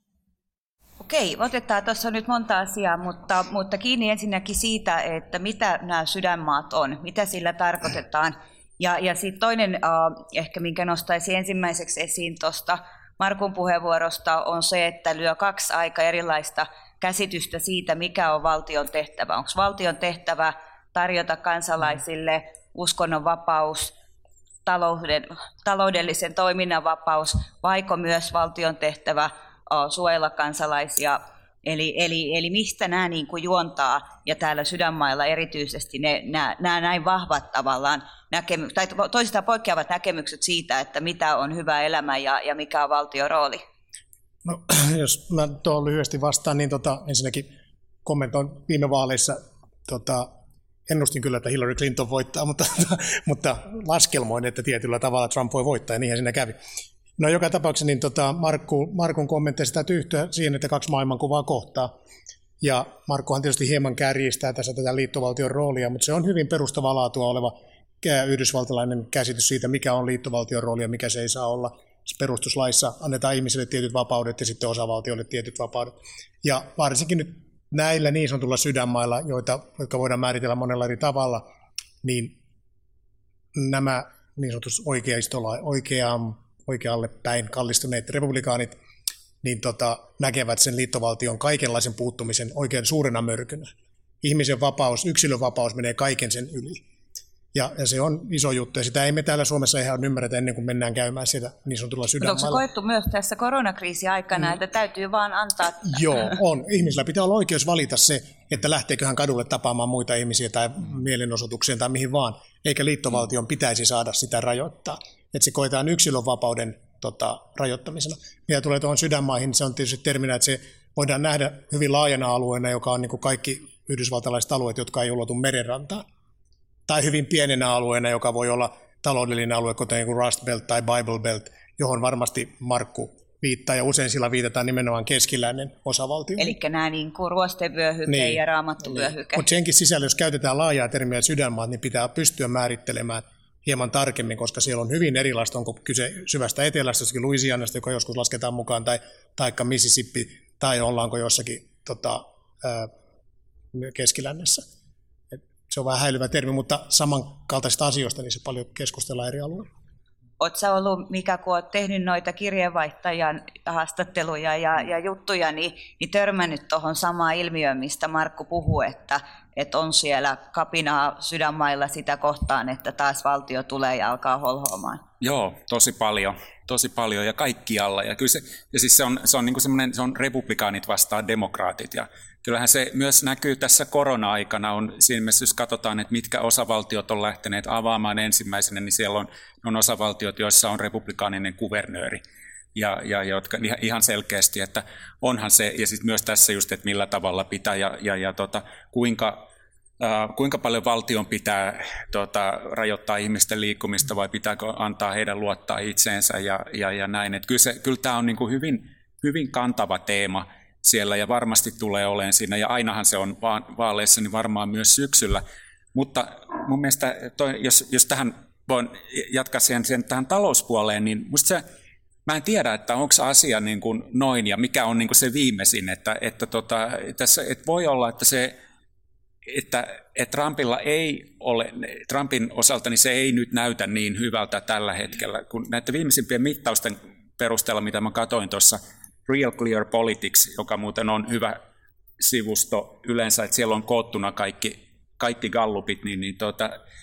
Okei, otetaan tuossa nyt monta asiaa, mutta, mutta kiinni ensinnäkin siitä, että mitä nämä sydänmaat on, mitä sillä tarkoitetaan. Ja, ja sitten toinen uh, ehkä, minkä nostaisin ensimmäiseksi esiin tuosta Markun puheenvuorosta, on se, että lyö kaksi aika erilaista käsitystä siitä, mikä on valtion tehtävä. Onko valtion tehtävä tarjota kansalaisille uskonnonvapaus, talouden, taloudellisen toiminnan vapaus, vaiko myös valtion tehtävä suojella kansalaisia, eli, eli, eli mistä nämä niin kuin juontaa, ja täällä sydänmailla erityisesti ne, nämä, nämä näin vahvat tavallaan näkemy- tai toisistaan poikkeavat näkemykset siitä, että mitä on hyvä elämä ja, ja mikä on valtion rooli. No, jos mä tuohon lyhyesti vastaan, niin tota, ensinnäkin kommentoin viime vaaleissa, tota, ennustin kyllä, että Hillary Clinton voittaa, mutta, mutta laskelmoin, että tietyllä tavalla Trump voi voittaa, ja niinhän siinä kävi. No joka tapauksessa niin tota, Markku, Markun kommentteista täytyy yhtyä siihen, että kaksi maailmankuvaa kohtaa. Ja Markkuhan tietysti hieman kärjistää tässä tätä liittovaltion roolia, mutta se on hyvin perustavaa laatua oleva yhdysvaltalainen käsitys siitä, mikä on liittovaltion rooli ja mikä se ei saa olla. Perustuslaissa annetaan ihmisille tietyt vapaudet ja sitten osavaltioille tietyt vapaudet. Ja varsinkin nyt näillä niin sanotulla sydänmailla, joita, jotka voidaan määritellä monella eri tavalla, niin nämä niin sanotus oikeistolla, oikeaan, oikealle päin kallistuneet republikaanit niin tota, näkevät sen liittovaltion kaikenlaisen puuttumisen oikein suurena mörkynä. Ihmisen vapaus, yksilön vapaus menee kaiken sen yli. Ja, ja se on iso juttu, ja sitä ei me täällä Suomessa ihan ymmärretä ennen kuin mennään käymään siellä niin sanotulla sydänmaalla. Onko se koettu myös tässä koronakriisin aikana, mm. että täytyy vaan antaa? Joo, on. Ihmisillä pitää olla oikeus valita se, että lähteekö hän kadulle tapaamaan muita ihmisiä tai mielenosoitukseen tai mihin vaan, eikä liittovaltion pitäisi saada sitä rajoittaa. Että se koetaan yksilön vapauden tota, rajoittamisena. Ja tulee tuohon sydänmaihin, se on tietysti terminä, että se voidaan nähdä hyvin laajana alueena, joka on niin kuin kaikki yhdysvaltalaiset alueet, jotka ei ulotu merenrantaan. Tai hyvin pienenä alueena, joka voi olla taloudellinen alue, kuten niin kuin Rust Belt tai Bible Belt, johon varmasti Markku viittaa, ja usein sillä viitataan nimenomaan keskiläinen osavaltio. Eli nämä niin kuin ruostevyöhyke niin, ja raamattuvyöhyke. Niin. Mutta senkin sisällä, jos käytetään laajaa termiä sydänmaat, niin pitää pystyä määrittelemään hieman tarkemmin, koska siellä on hyvin erilaista, onko kyse syvästä etelästä, jossakin Louisianasta, joka joskus lasketaan mukaan, tai taikka Mississippi, tai ollaanko jossakin tota, ää, keskilännessä. Se on vähän häilyvä termi, mutta samankaltaisista asioista niin se paljon keskustellaan eri alueilla. Oletko ollut, mikä kun olet tehnyt noita kirjeenvaihtajan haastatteluja ja, ja juttuja, niin, niin törmännyt tuohon samaan ilmiöön, mistä Markku puhuu, että, että on siellä kapinaa sydänmailla sitä kohtaan, että taas valtio tulee ja alkaa holhoamaan? Joo, tosi paljon. Tosi paljon ja kaikkialla. Ja, kyllä se, ja siis se on, se on, niin kuin semmoinen, se on republikaanit vastaan demokraatit. Ja kyllähän se myös näkyy tässä korona-aikana. On, siinä mielessä, jos katsotaan, että mitkä osavaltiot on lähteneet avaamaan ensimmäisenä, niin siellä on, on osavaltiot, joissa on republikaaninen kuvernööri. Ja, ja jotka ihan selkeästi, että onhan se, ja sitten myös tässä just, että millä tavalla pitää ja, ja, ja tota, kuinka... Uh, kuinka paljon valtion pitää tota, rajoittaa ihmisten liikkumista vai pitääkö antaa heidän luottaa itseensä ja, ja, ja näin. Et kyllä, se, kyllä tämä on niin kuin hyvin, hyvin kantava teema siellä ja varmasti tulee olemaan siinä ja ainahan se on va- vaaleissa niin varmaan myös syksyllä. Mutta mun mielestä, toi, jos, jos tähän voin jatkaa sen, sen tähän talouspuoleen, niin musta se, mä en tiedä, että onko asia niin kuin noin ja mikä on niin kuin se viimeisin, että, että, tota, tässä, että voi olla, että se Että, että Trumpilla ei ole, Trumpin osalta niin se ei nyt näytä niin hyvältä tällä hetkellä, kun näiden viimeisimpien mittausten perusteella, mitä mä katsoin tuossa Real Clear Politics, joka muuten on hyvä sivusto yleensä, että siellä on koottuna kaikki, kaikki gallupit, niin, niin tuota,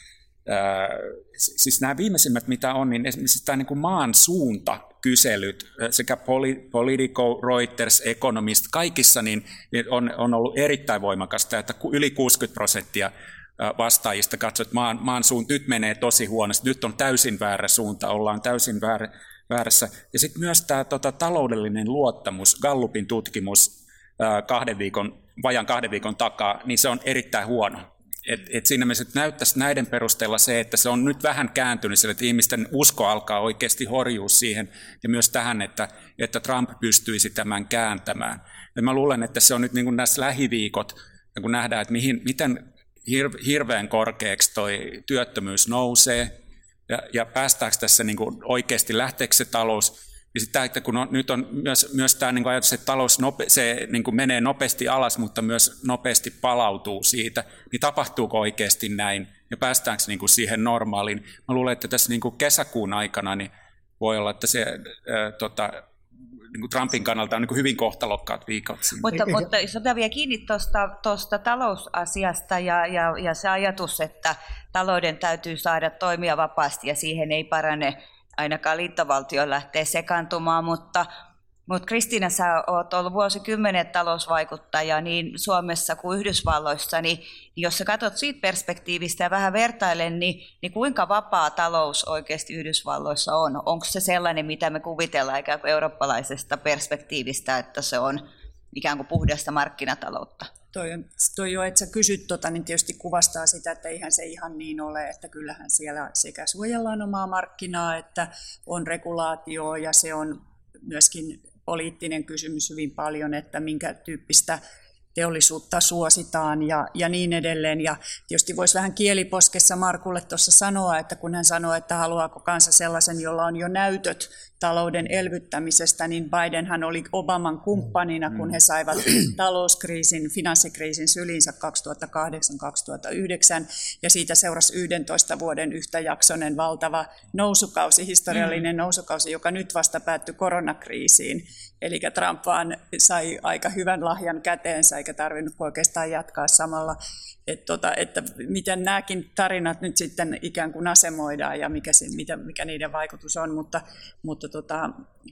siis nämä viimeisimmät, mitä on, niin esimerkiksi tämä niin kuin maan suuntakyselyt sekä Politico, Reuters, Economist, kaikissa niin on, on ollut erittäin voimakasta, että yli kuusikymmentä prosenttia vastaajista katsoo, että maan, maan suunta nyt menee tosi huonosti, nyt on täysin väärä suunta, ollaan täysin väärä, väärässä. Ja sitten myös tämä tota, taloudellinen luottamus, Gallupin tutkimus ää, kahden viikon, vajan kahden viikon takaa, niin se on erittäin huono. Et, et siinä mielessä näyttäisi näiden perusteella se, että se on nyt vähän kääntynyt sille, että ihmisten usko alkaa oikeasti horjua siihen ja myös tähän, että, että Trump pystyisi tämän kääntämään. Ja mä luulen, että se on nyt niin kuin näissä lähiviikot, ja kun nähdään, että mihin, miten hirveän korkeaksi toi työttömyys nousee ja, ja päästäänkö tässä niin kuin oikeasti lähteekö se talous. Ja sitten että kun on, nyt on myös, myös tämä niin kuin ajatus, että talous nope, se niin kuin menee nopeasti alas, mutta myös nopeasti palautuu siitä, niin tapahtuuko oikeasti näin ja päästäänkö niin kuin siihen normaaliin. Mä luulen, että tässä niin kuin kesäkuun aikana niin voi olla, että se ää, tota, niin kuin Trumpin kannalta on niin kuin hyvin kohtalokkaat viikot. Mutta, mutta jos otetaan vielä kiinni tuosta talousasiasta ja, ja, ja se ajatus, että talouden täytyy saada toimia vapaasti ja siihen ei parane ainakaan liittovaltio lähtee sekaantumaan, mutta, mutta Kristiina, sä oot ollut vuosikymmenet talousvaikuttaja niin Suomessa kuin Yhdysvalloissa, niin jos sä katsot siitä perspektiivistä ja vähän vertailen, niin, niin kuinka vapaa talous oikeasti Yhdysvalloissa on? Onko se sellainen, mitä me kuvitellaan ikään kuin eurooppalaisesta perspektiivistä, että se on ikään kuin puhdasta markkinataloutta? Toi, on, toi jo, että sä kysyt tota, niin tietysti kuvastaa sitä, että eihän se ihan niin ole, että kyllähän siellä sekä suojellaan omaa markkinaa, että on regulaatio ja se on myöskin poliittinen kysymys hyvin paljon, että minkä tyyppistä teollisuutta suositaan ja, ja niin edelleen. Ja tietysti voisi vähän kieliposkessa Markulle tuossa sanoa, että kun hän sanoo, että haluaako kansa sellaisen, jolla on jo näytöt talouden elvyttämisestä, niin Bidenhan oli Obaman kumppanina, kun he saivat talouskriisin, finanssikriisin syliinsä kaksituhattakahdeksan kaksituhattayhdeksän, ja siitä seurasi yhdentoista vuoden yhtäjaksoinen valtava nousukausi, historiallinen nousukausi, joka nyt vasta päättyi koronakriisiin. Eli Trump vaan sai aika hyvän lahjan käteensä, eikä tarvinnut oikeastaan jatkaa samalla. Että, tota, että miten nämäkin tarinat nyt sitten ikään kuin asemoidaan ja mikä, se, mikä, mikä niiden vaikutus on, mutta, mutta tota,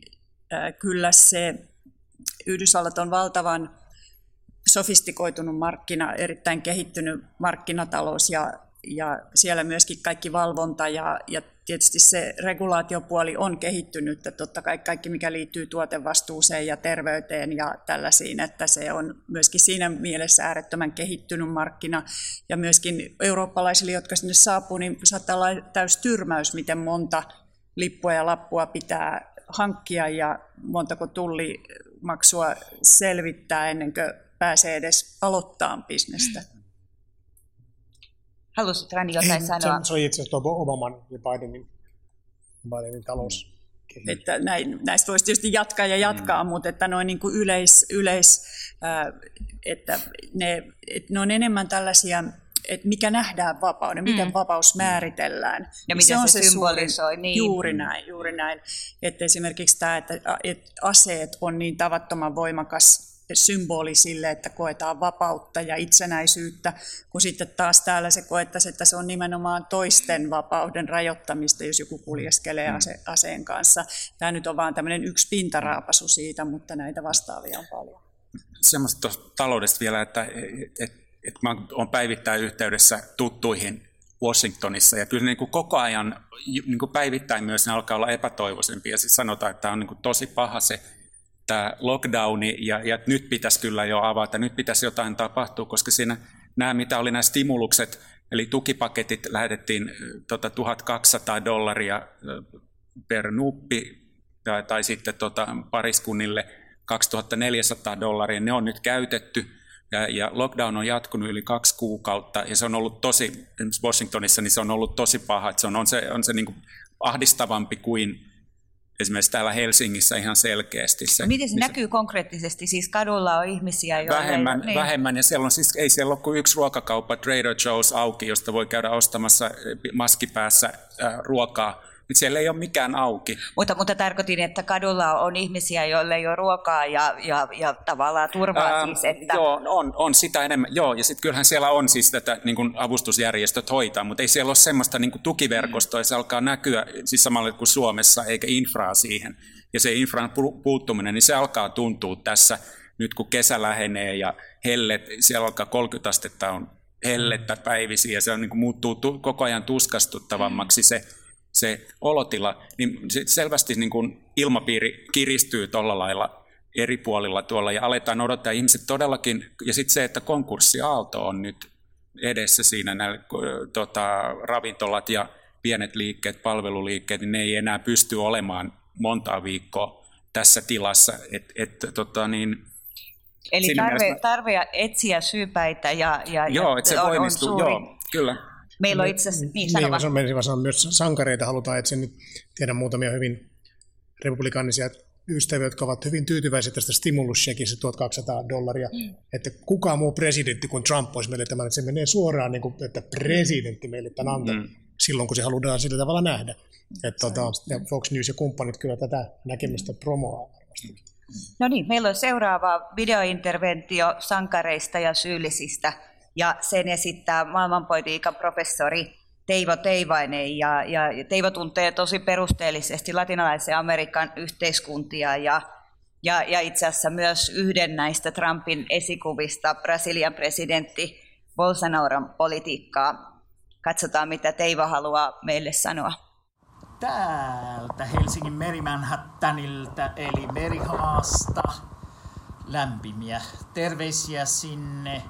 ää, kyllä se Yhdysvallat on valtavan sofistikoitunut markkina, erittäin kehittynyt markkinatalous ja, ja siellä myöskin kaikki valvonta ja, ja tietysti se regulaatiopuoli on kehittynyt, että totta kai kaikki mikä liittyy tuotevastuuseen ja terveyteen ja tällaisiin, että se on myöskin siinä mielessä äärettömän kehittynyt markkina ja myöskin eurooppalaisille, jotka sinne saapuu, niin saattaa olla täys tyrmäys, miten monta lippua ja lappua pitää hankkia ja montako tullimaksua selvittää ennen kuin pääsee edes aloittamaan bisnestä. Haluaisit Rani jotain sanoa? Se on itse asiassa Obaman ja Bidenin, Bidenin talous. Että näin, näistä voisi tietysti jatkaa ja jatkaa, mm. mutta että noin niin kuin yleis, yleis äh, että ne, että ne on enemmän tällaisia, että mikä nähdään vapauden, miten mm. vapaus määritellään. Ja miten se, on se symbolisoi. Niin. Juuri näin, juuri näin. Että esimerkiksi tämä, että, että aseet on niin tavattoman voimakas symboli sille, että koetaan vapautta ja itsenäisyyttä, kun sitten taas täällä se koettaisiin, että se on nimenomaan toisten vapauden rajoittamista, jos joku kuljeskelee ase- aseen kanssa. Tämä nyt on vaan tämmöinen yksi pintaraapasu siitä, mutta näitä vastaavia on paljon. Semmoista taloudesta vielä, että, että, että mä olen päivittäin yhteydessä tuttuihin Washingtonissa, ja kyllä niin kuin koko ajan niin kuin päivittäin myös ne alkaa olla epätoivoisempia, ja siis sanotaan, että tämä on niin kuin tosi paha se tämä lockdowni, ja, ja nyt pitäisi kyllä jo avata, nyt pitäisi jotain tapahtua, koska siinä nämä, mitä oli nämä stimulukset, eli tukipaketit lähetettiin tota, tuhatkaksisataa dollaria per nuppi, tai, tai sitten tota, pariskunnille kaksituhattaneljäsataa dollaria, ne on nyt käytetty, ja, ja lockdown on jatkunut yli kaksi kuukautta, ja se on ollut tosi, esimerkiksi Washingtonissa, niin se on ollut tosi paha, että se on, on se, on se niin kuin ahdistavampi kuin esimerkiksi täällä Helsingissä ihan selkeästi. Se, miten se näkyy konkreettisesti? Siis kadulla on ihmisiä, joilla vähemmän, niin. vähemmän, ja siellä on siis, ei siellä ole kuin yksi ruokakauppa, Trader Joe's auki, josta voi käydä ostamassa maskipäässä äh, ruokaa, Siellä ei ole mikään auki. Mutta, mutta tarkoitin, että kadulla on ihmisiä, joille ei ole ruokaa ja, ja, ja tavallaan turvaa Ää, siis. Että... Joo, on, on sitä enemmän. Joo, ja sitten kyllähän siellä on siis tätä niin kuin avustusjärjestöt hoitaa, mutta ei siellä ole semmoista niin kuin tukiverkostoa, ja se alkaa näkyä siis samalla kuin Suomessa, eikä infraa siihen. Ja se infran puuttuminen, niin se alkaa tuntua tässä, nyt kun kesä lähenee ja hellet, siellä alkaa kolmekymmentä astetta on hellettä päivisiä, ja se on, niin kuin muuttuu tu, koko ajan tuskastuttavammaksi se, se olotila, niin selvästi niin kuin ilmapiiri kiristyy tuolla lailla eri puolilla tuolla, ja aletaan odottaa ihmiset todellakin, ja sitten se, että konkurssiaalto on nyt edessä siinä, nämä tota, ravintolat ja pienet liikkeet, palveluliikkeet, niin ne ei enää pysty olemaan montaa viikkoa tässä tilassa, että et, tota, niin, eli tarve, mielessä... tarve etsiä syypäitä ja, ja, joo, että se on, voimistuu, on suuri. Joo, kyllä. Meillä on itse asiassa, niin sano vaan. Niin, sanon, myös sankareita halutaan etsiä. Nyt tiedän muutamia hyvin republikaanisia ystäviä, jotka ovat hyvin tyytyväisiä tästä stimuluscheckistä tuhatkaksisataa dollaria, mm. että kukaan muu presidentti kuin Trump olisi meille tämän, että se menee suoraan, niin kuin, että presidentti meille tämän antaa, mm. silloin kun se halutaan sillä tavalla nähdä. Että, tota, ja Fox News ja kumppanit kyllä tätä näkemystä promoaa varmasti. No niin, meillä on seuraava videointerventio sankareista ja syyllisistä, ja sen esittää maailmanpolitiikan professori Teivo Teivainen, ja, ja Teivo tuntee tosi perusteellisesti latinalaisen Amerikan yhteiskuntia, ja, ja, ja itse asiassa myös yhden näistä Trumpin esikuvista, Brasilian presidentti Bolsonaron politiikkaa. Katsotaan, mitä Teivo haluaa meille sanoa. Täältä Helsingin Merimanhattanilta eli Merihaasta lämpimiä terveisiä sinne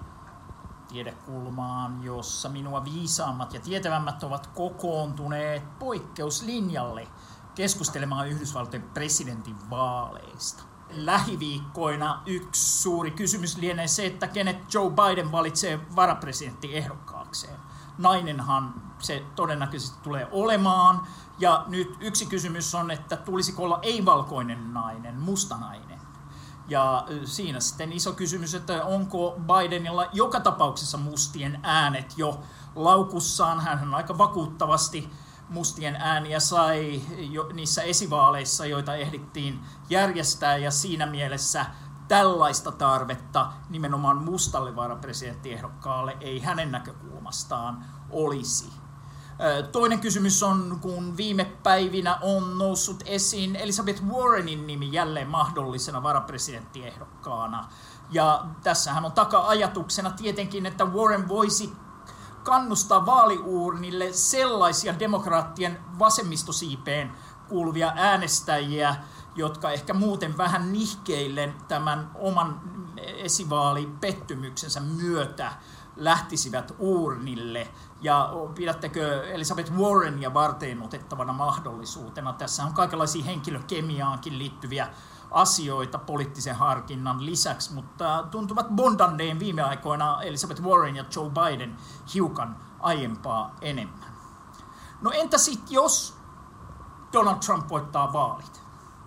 tiedekulmaan, jossa minua viisaammat ja tietävämmät ovat kokoontuneet poikkeuslinjalle keskustelemaan Yhdysvaltojen presidentin vaaleista. Lähiviikkoina yksi suuri kysymys lienee se, että kenet Joe Biden valitsee varapresidenttiehdokkaakseen. Nainenhan se todennäköisesti tulee olemaan. Ja nyt yksi kysymys on, että tulisiko olla ei-valkoinen nainen, musta nainen. Ja siinä sitten iso kysymys, että onko Bidenilla joka tapauksessa mustien äänet jo laukussaan. Hän aika vakuuttavasti mustien ääniä sai jo niissä esivaaleissa, joita ehdittiin järjestää. Ja siinä mielessä tällaista tarvetta nimenomaan mustalle varapresidenttiehdokkaalle ei hänen näkökulmastaan olisi. Toinen kysymys on, kun viime päivinä on noussut esiin Elizabeth Warrenin nimi jälleen mahdollisena varapresidenttiehdokkaana. Ja tässähän on taka-ajatuksena tietenkin, että Warren voisi kannustaa vaaliuurnille sellaisia demokraattien vasemmistosiipeen kuuluvia äänestäjiä, jotka ehkä muuten vähän nihkeillen tämän oman esivaalipettymyksensä myötä lähtisivät uurnille. Ja pidättekö Elizabeth Warrenia varten otettavana mahdollisuutena? Tässä on kaikenlaisia henkilökemiaankin liittyviä asioita poliittisen harkinnan lisäksi, mutta tuntuvat bondandeen viime aikoina Elizabeth Warren ja Joe Biden hiukan aiempaa enemmän. No entä sitten, jos Donald Trump voittaa vaalit?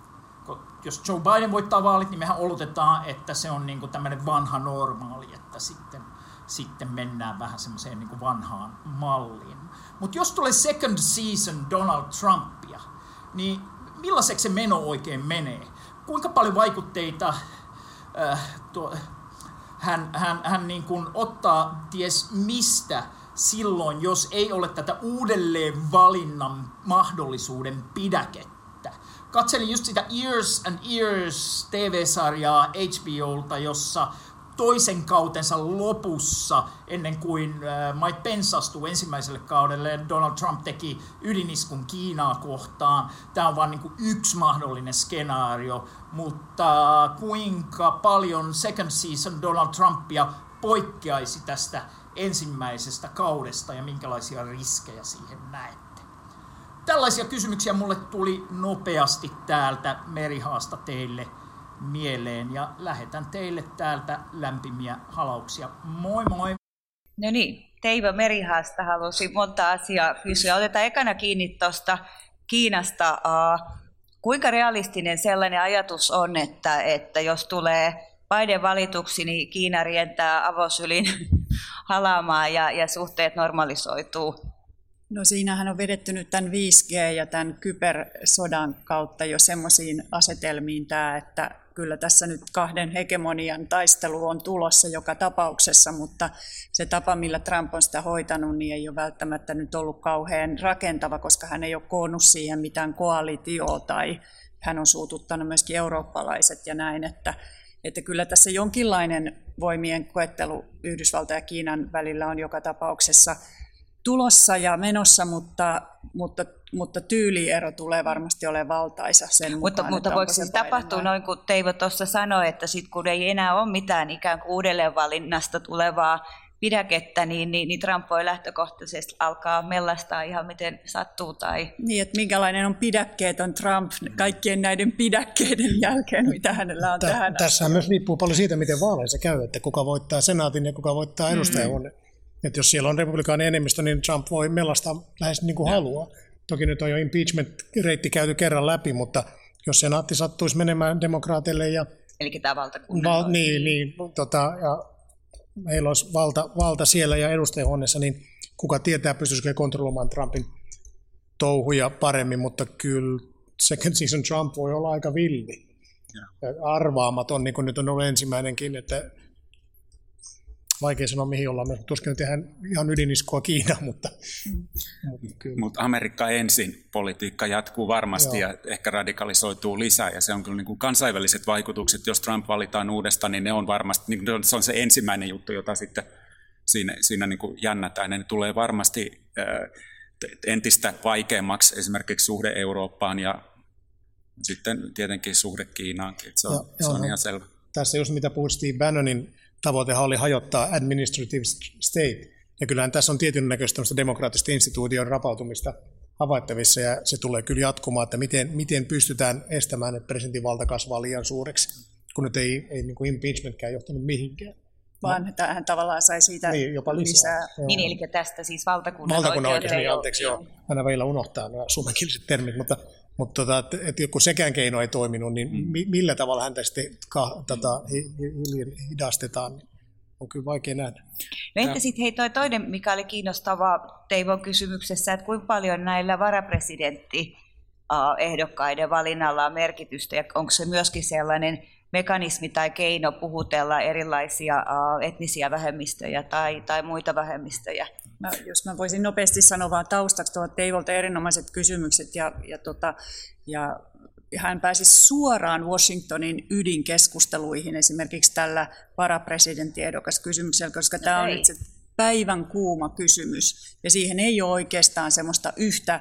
Jos Joe Biden voittaa vaalit, niin mehän oletetaan, että se on niinku tämmöinen vanha normaali, että sitten sitten mennään vähän semmoiseen niin kuin vanhaan malliin. Mutta jos tulee second season Donald Trumpia, niin millaiseksi se meno oikein menee? Kuinka paljon vaikutteita äh, tuo, hän, hän, hän niin kuin ottaa ties mistä silloin, jos ei ole tätä uudelleen valinnan mahdollisuuden pidäkettä? Katselin just sitä Years and Years T V-sarjaa H B O:lta, jossa toisen kautensa lopussa, ennen kuin Mike Pence astui ensimmäiselle kaudelle, Donald Trump teki ydiniskun Kiinaa kohtaan. Tämä on vain niin kuin yksi mahdollinen skenaario, mutta kuinka paljon second season Donald Trumpia poikkeaisi tästä ensimmäisestä kaudesta ja minkälaisia riskejä siihen näette? Tällaisia kysymyksiä mulle tuli nopeasti täältä Merihaasta teille mieleen ja lähetän teille täältä lämpimiä halauksia. Moi moi! No niin, Teivo Merihaasta halusi monta asiaa kysyä. Otetaan ekana kiinni tuosta Kiinasta. Kuinka realistinen sellainen ajatus on, että, että jos tulee Biden valituksi, niin Kiina rientää avosylin halaamaan ja, ja suhteet normalisoituu? No siinähän on vedetty nyt tämän viisi G ja tämän kybersodan kautta jo semmoisiin asetelmiin tämä, että kyllä tässä nyt kahden hegemonian taistelu on tulossa joka tapauksessa, mutta se tapa, millä Trump on sitä hoitanut, niin ei ole välttämättä nyt ollut kauhean rakentava, koska hän ei ole koonnut siihen mitään koalitioa tai hän on suututtanut myöskin eurooppalaiset ja näin, että, että kyllä tässä jonkinlainen voimien koettelu Yhdysvaltain ja Kiinan välillä on joka tapauksessa tulossa ja menossa, mutta, mutta, mutta tyyliero tulee varmasti olemaan valtaisa sen mukaan. Mutta, mutta voiko se tapahtua noin, kun Teivo tuossa sanoi, että sit kun ei enää ole mitään ikään kuin uudelleenvalinnasta tulevaa pidäkettä, niin, niin, niin Trump voi lähtökohtaisesti alkaa mellastaa ihan miten sattuu. Tai... Niin, että minkälainen on pidäkkeetön Trump kaikkien näiden pidäkkeiden jälkeen, mitä hänellä on Tä, tähän. Tässä myös riippuu paljon siitä, miten vaaleissa käy, että kuka voittaa senaatin ja kuka voittaa edustajahuoneen. Mm-hmm. Että jos siellä on republikaanien enemmistö, niin Trump voi mellastaa lähes niin kuin haluaa. Toki nyt on jo impeachment-reitti käyty kerran läpi, mutta jos senaatti sattuisi menemään demokraateille ja... Eli tämä valtakunnan. Val, niin, niin tota, ja heillä olisi valta, valta siellä ja edustajahuoneessa, niin kuka tietää, pystyisikö kontrolloimaan Trumpin touhuja paremmin, mutta kyllä second season Trump voi olla aika villi. Ja arvaamaton, niin kuin nyt on ollut ensimmäinenkin, että vaikea sanoa, mihin ollaan. Me tuskin tehdään ihan ydiniskua Kiinaan, mutta... Mm. Mutta Amerikka ensin politiikka jatkuu varmasti Joo. ja ehkä radikalisoituu lisää. Ja se on kyllä niin kuin kansainväliset vaikutukset, jos Trump valitaan uudestaan, niin ne on varmasti, niin se on se ensimmäinen juttu, jota sitten siinä, siinä niin kuin jännätään. Ne tulee varmasti äh, entistä vaikeammaksi esimerkiksi suhde Eurooppaan ja sitten tietenkin suhde Kiinaankin. Se on, ja, se on ihan selvä. Tässä just mitä puhuit Steve Bannonin tavoitehan oli hajottaa administrative state. Ja kyllähän tässä on tietyn näköistä demokraattista instituution rapautumista havaittavissa, ja se tulee kyllä jatkumaan, että miten, miten pystytään estämään, että presidentin valta kasvaa liian suureksi, kun nyt ei, ei niin kuin impeachmentkään johtanut mihinkään. Vaan hän tavallaan sai siitä niin, jopa lisää. lisää. Niin, eli tästä siis valtakunnan, valtakunnan oikeuteen. Niin, anteeksi, joo. Aina välillä unohtaa nämä suomenkieliset termit, mutta, mutta tota, että, että kun sekään keino ei toiminut, niin mm. millä tavalla häntä sitten ka, tota, hidastetaan, on kyllä vaikea nähdä. No entä sitten hei toi toinen, mikä oli kiinnostavaa Teivon kysymyksessä, että kuinka paljon näillä varapresidenttiehdokkaiden valinnalla on merkitystä, ja onko se myöskin sellainen mekanismi tai keino puhutella erilaisia uh, etnisiä vähemmistöjä tai, tai muita vähemmistöjä? Mä, jos mä voisin nopeasti sanoa vaan taustaksi tuohon Teivolta erinomaiset kysymykset, ja, ja, tota, ja hän pääsi suoraan Washingtonin ydinkeskusteluihin esimerkiksi tällä varapresidenttiehdokkaskysymyksellä, koska no tämä on nyt se päivän kuuma kysymys, ja siihen ei ole oikeastaan semmoista yhtä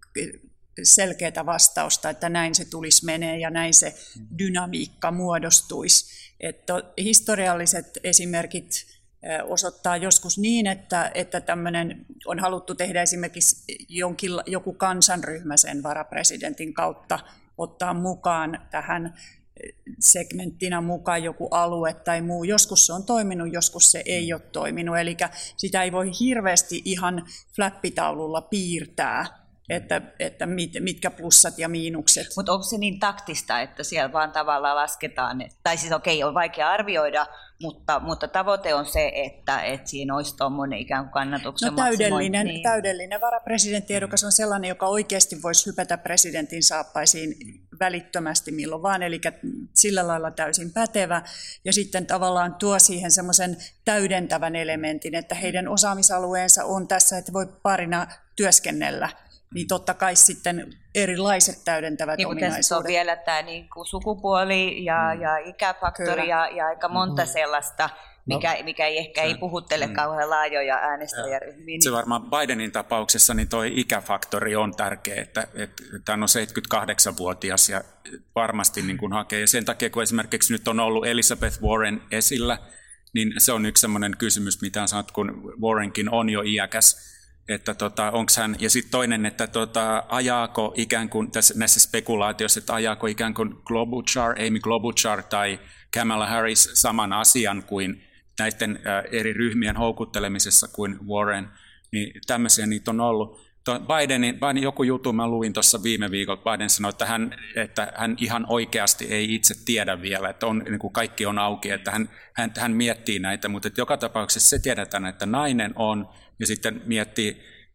selkeää vastausta, että näin se tulisi menee ja näin se dynamiikka muodostuisi. Että historialliset esimerkit osoittaa joskus niin, että, että tämmöinen on haluttu tehdä esimerkiksi jonkin, joku kansanryhmä sen varapresidentin kautta ottaa mukaan tähän segmenttinä mukaan joku alue tai muu. Joskus se on toiminut, joskus se ei ole toiminut, eli sitä ei voi hirveästi ihan flappitaululla piirtää, että, että mit, mitkä plussat ja miinukset. Mutta onko se niin taktista, että siellä vaan tavallaan lasketaan, että, tai siis okei, okay, on vaikea arvioida, mutta, mutta tavoite on se, että, että siinä olisi tuommoinen ikään kuin kannatuksen no, täydellinen, niin. täydellinen varapresidenttiehdokas on sellainen, joka oikeasti voisi hypätä presidentin saappaisiin välittömästi milloin vaan, eli sillä lailla täysin pätevä, ja sitten tavallaan tuo siihen semmoisen täydentävän elementin, että heidän osaamisalueensa on tässä, että voi parina työskennellä, niin totta kai sitten erilaiset täydentävät niin, ominaisuudet. On vielä tämä niin kuin sukupuoli ja, mm. ja ikäfaktori ja, ja aika monta mm. sellaista, mikä, mikä ei ehkä se, ei puhuttele mm. kauhean laajoja äänestäjäryhmiä. Se varmaan Bidenin tapauksessa niin toi ikäfaktori on tärkeä, että, että hän on seitsemänkymmentäkahdeksanvuotias ja varmasti niin kuin hakee. Ja sen takia, kun esimerkiksi nyt on ollut Elizabeth Warren esillä, niin se on yksi sellainen kysymys, mitä on sanottu, kun Warrenkin on jo iäkäs, että tota, onks hän, ja sitten toinen, että tota, ajaako ikään kuin tässä, näissä spekulaatioissa, että ajaako ikään kuin Klobuchar, Amy Klobuchar tai Kamala Harris saman asian kuin näiden ä, eri ryhmien houkuttelemisessa kuin Warren, niin tämmöisiä niitä on ollut. Bidenin, Biden joku juttu mä luin tuossa viime viikolla, Biden sanoi, että hän, että hän ihan oikeasti ei itse tiedä vielä, että on, niin kuin kaikki on auki, että hän, hän, hän miettii näitä, mutta joka tapauksessa se tiedetään, että nainen on, ja sitten miettii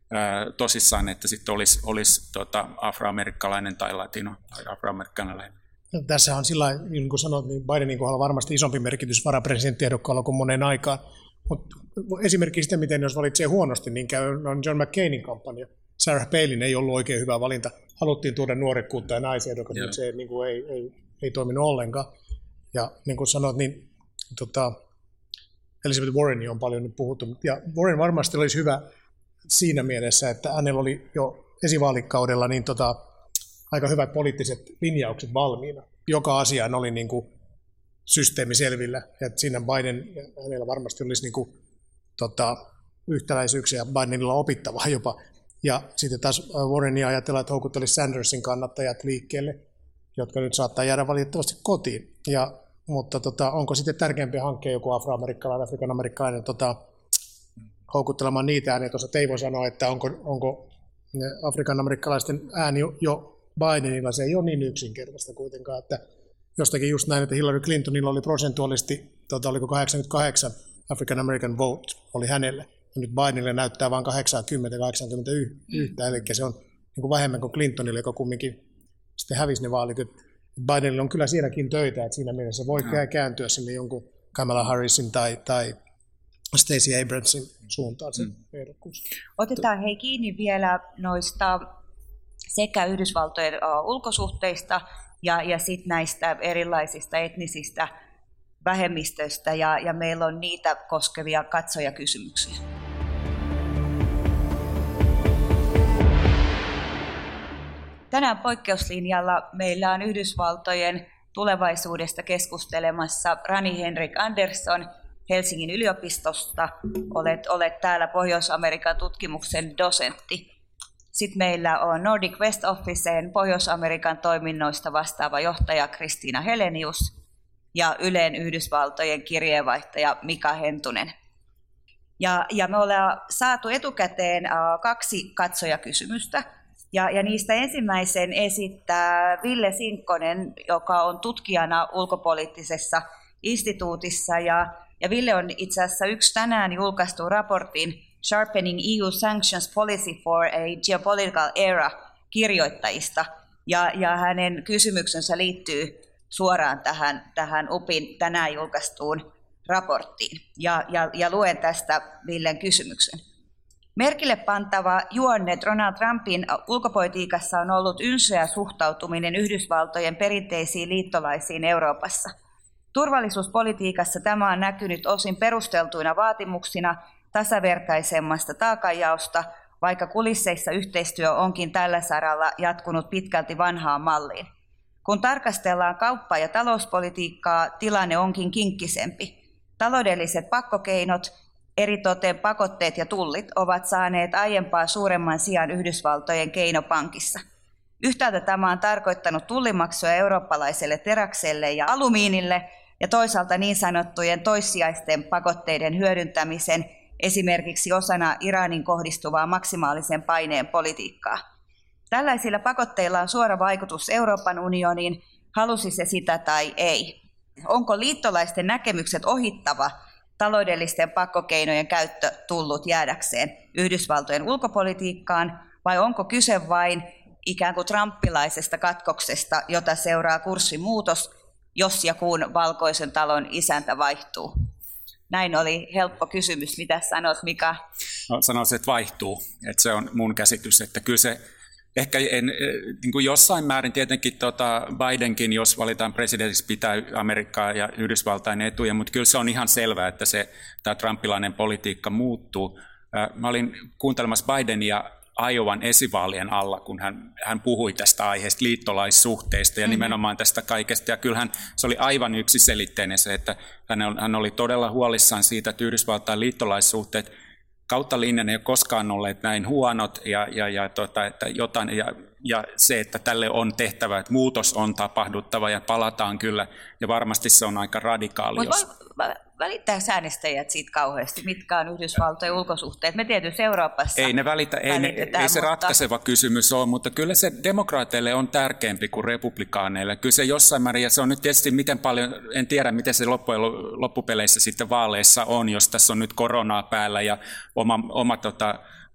tosissaan, että sitten olisi, olisi tota, afroamerikkalainen tai latino tai afroamerikkalainen. No, tässä on sillä niin kuin sanoit, niin Bidenin kohdalla varmasti isompi merkitys varapresidenttiehdokkaalla kuin moneen aikaan. Mutta esimerkiksi sitä, miten jos valitsee huonosti, niin käy on John McCainin kampanja. Sarah Palin ei ollut oikein hyvä valinta. Haluttiin tuoda nuorekkuutta ja naisehdokas, mutta se niin kuin ei, ei, ei toiminut ollenkaan. Ja niin kuin sanoit, niin tota, Elizabeth Warren on paljon nyt puhuttu. Ja Warren varmasti olisi hyvä siinä mielessä, että hänellä oli jo esivaalikaudella niin tota, aika hyvät poliittiset linjaukset valmiina. Joka asiaan oli niin kuin systeemi selvillä. Ja siinä Biden, hänellä varmasti olisi niin kuin, tota, yhtäläisyyksiä, Bidenilla opittavaa jopa. Ja sitten taas Warrenia ajatellaan, että houkuttelisi Sandersin kannattajat liikkeelle, jotka nyt saattaa jäädä valitettavasti kotiin. Ja, mutta tota, onko sitten tärkeämpi hankkeen joku afroamerikkalainen, afrikan-amerikkalainen tota, houkuttelemaan niitä ääniä? Tuossa ei voi sanoa, että onko, onko afrikan-amerikkalaisten ääni jo Bidenilla, se ei ole niin yksinkertaista kuitenkaan, että jostakin just näin, että Hillary Clintonilla oli prosentuaalisesti, tota, oliko kahdeksankymmentäkahdeksan African American vote, oli hänelle. Ja nyt Bidenille näyttää vain kahdeksankymmentä kahdeksankymmentäyksi, eli se on niin kuin vähemmän kuin Clintonille, joka kumminkin sitten hävisi ne vaalit. Bidenille on kyllä sielläkin töitä, että siinä mielessä voi no. kääntyä sinne jonkun Kamala Harrisin tai, tai Stacey Abramsin suuntaan se mm. ehdokkuus. Otetaan hei kiinni vielä noista sekä Yhdysvaltojen uh, ulkosuhteista ja, ja sitten näistä erilaisista etnisistä vähemmistöistä, ja, ja meillä on niitä koskevia katsojakysymyksiä. Tänään poikkeuslinjalla meillä on Yhdysvaltojen tulevaisuudesta keskustelemassa Rani Henrik Andersson Helsingin yliopistosta. Olet, olet täällä Pohjois-Amerikan tutkimuksen dosentti. Sitten meillä on Nordic West Officeen Pohjois-Amerikan toiminnoista vastaava johtaja Kristiina Helenius ja Ylen Yhdysvaltojen kirjeenvaihtaja Mika Hentunen. Ja, ja me ollaan saatu etukäteen uh, kaksi katsojakysymystä, ja, ja niistä ensimmäisen esittää Ville Sinkkonen, joka on tutkijana ulkopoliittisessa instituutissa, ja, ja Ville on itse asiassa yksi tänään julkaistu raportin Sharpening E U Sanctions Policy for a Geopolitical Era kirjoittajista, ja, ja hänen kysymyksensä liittyy suoraan tähän, tähän U P in tänään julkaistuun raporttiin. Ja, ja, ja luen tästä Villen kysymyksen. Merkille pantava juonne Donald Trumpin ulkopolitiikassa on ollut ynseä suhtautuminen Yhdysvaltojen perinteisiin liittolaisiin Euroopassa. Turvallisuuspolitiikassa tämä on näkynyt osin perusteltuina vaatimuksina tasavertaisemmasta taakanjaosta, vaikka kulisseissa yhteistyö onkin tällä saralla jatkunut pitkälti vanhaan malliin. Kun tarkastellaan kauppa- ja talouspolitiikkaa, tilanne onkin kinkkisempi. Taloudelliset pakkokeinot, eritoten pakotteet ja tullit, ovat saaneet aiempaa suuremman sijan Yhdysvaltojen keinopankissa. Yhtäältä tämä on tarkoittanut tullimaksuja eurooppalaiselle teräkselle ja alumiinille, ja toisaalta niin sanottujen toissijaisten pakotteiden hyödyntämisen esimerkiksi osana Iranin kohdistuvaa maksimaalisen paineen politiikkaa. Tällaisilla pakotteilla on suora vaikutus Euroopan unioniin, halusi se sitä tai ei. Onko liittolaisten näkemykset ohittava taloudellisten pakkokeinojen käyttö tullut jäädäkseen Yhdysvaltojen ulkopolitiikkaan, vai onko kyse vain ikään kuin trumpilaisesta katkoksesta, jota seuraa kurssimuutos, jos ja kun valkoisen talon isäntä vaihtuu? Näin oli helppo kysymys. Mitä sanot, Mika? No, sanoisin, että vaihtuu. Että se on mun käsitys, että kyllä se ehkä en, niin kuin jossain määrin tietenkin tota Bidenkin, jos valitaan presidentiksi, pitää Amerikkaa ja Yhdysvaltain etuja, mutta kyllä se on ihan selvää, että se, tämä trumpilainen politiikka muuttuu. Mä olin kuuntelemassa Bidenia Iowan esivaalien alla, kun hän, hän puhui tästä aiheesta, liittolaissuhteista ja mm-hmm. nimenomaan tästä kaikesta. Ja kyllähän se oli aivan yksiselitteinen se, että hän oli todella huolissaan siitä, että Yhdysvaltain liittolaissuhteet kautta linjan ei ole koskaan olleet näin huonot ja, ja, ja, tota, että jotain, ja, ja se, että tälle on tehtävä, että muutos on tapahduttava ja palataan kyllä, ja varmasti se on aika radikaali. Jos... Välittääkö äänestäjät siitä kauheasti, mitkä on Yhdysvaltojen ulkosuhteet? Me tietysti Euroopassa ei ne välitä, ei, ne, ei se mutta... ratkaiseva kysymys ole, mutta kyllä se demokraateille on tärkeämpi kuin republikaaneille. Kyllä se jossain määrin, ja se on nyt tietysti miten paljon, en tiedä miten se loppupeleissä sitten vaaleissa on, jos tässä on nyt koronaa päällä ja oma, oma tota,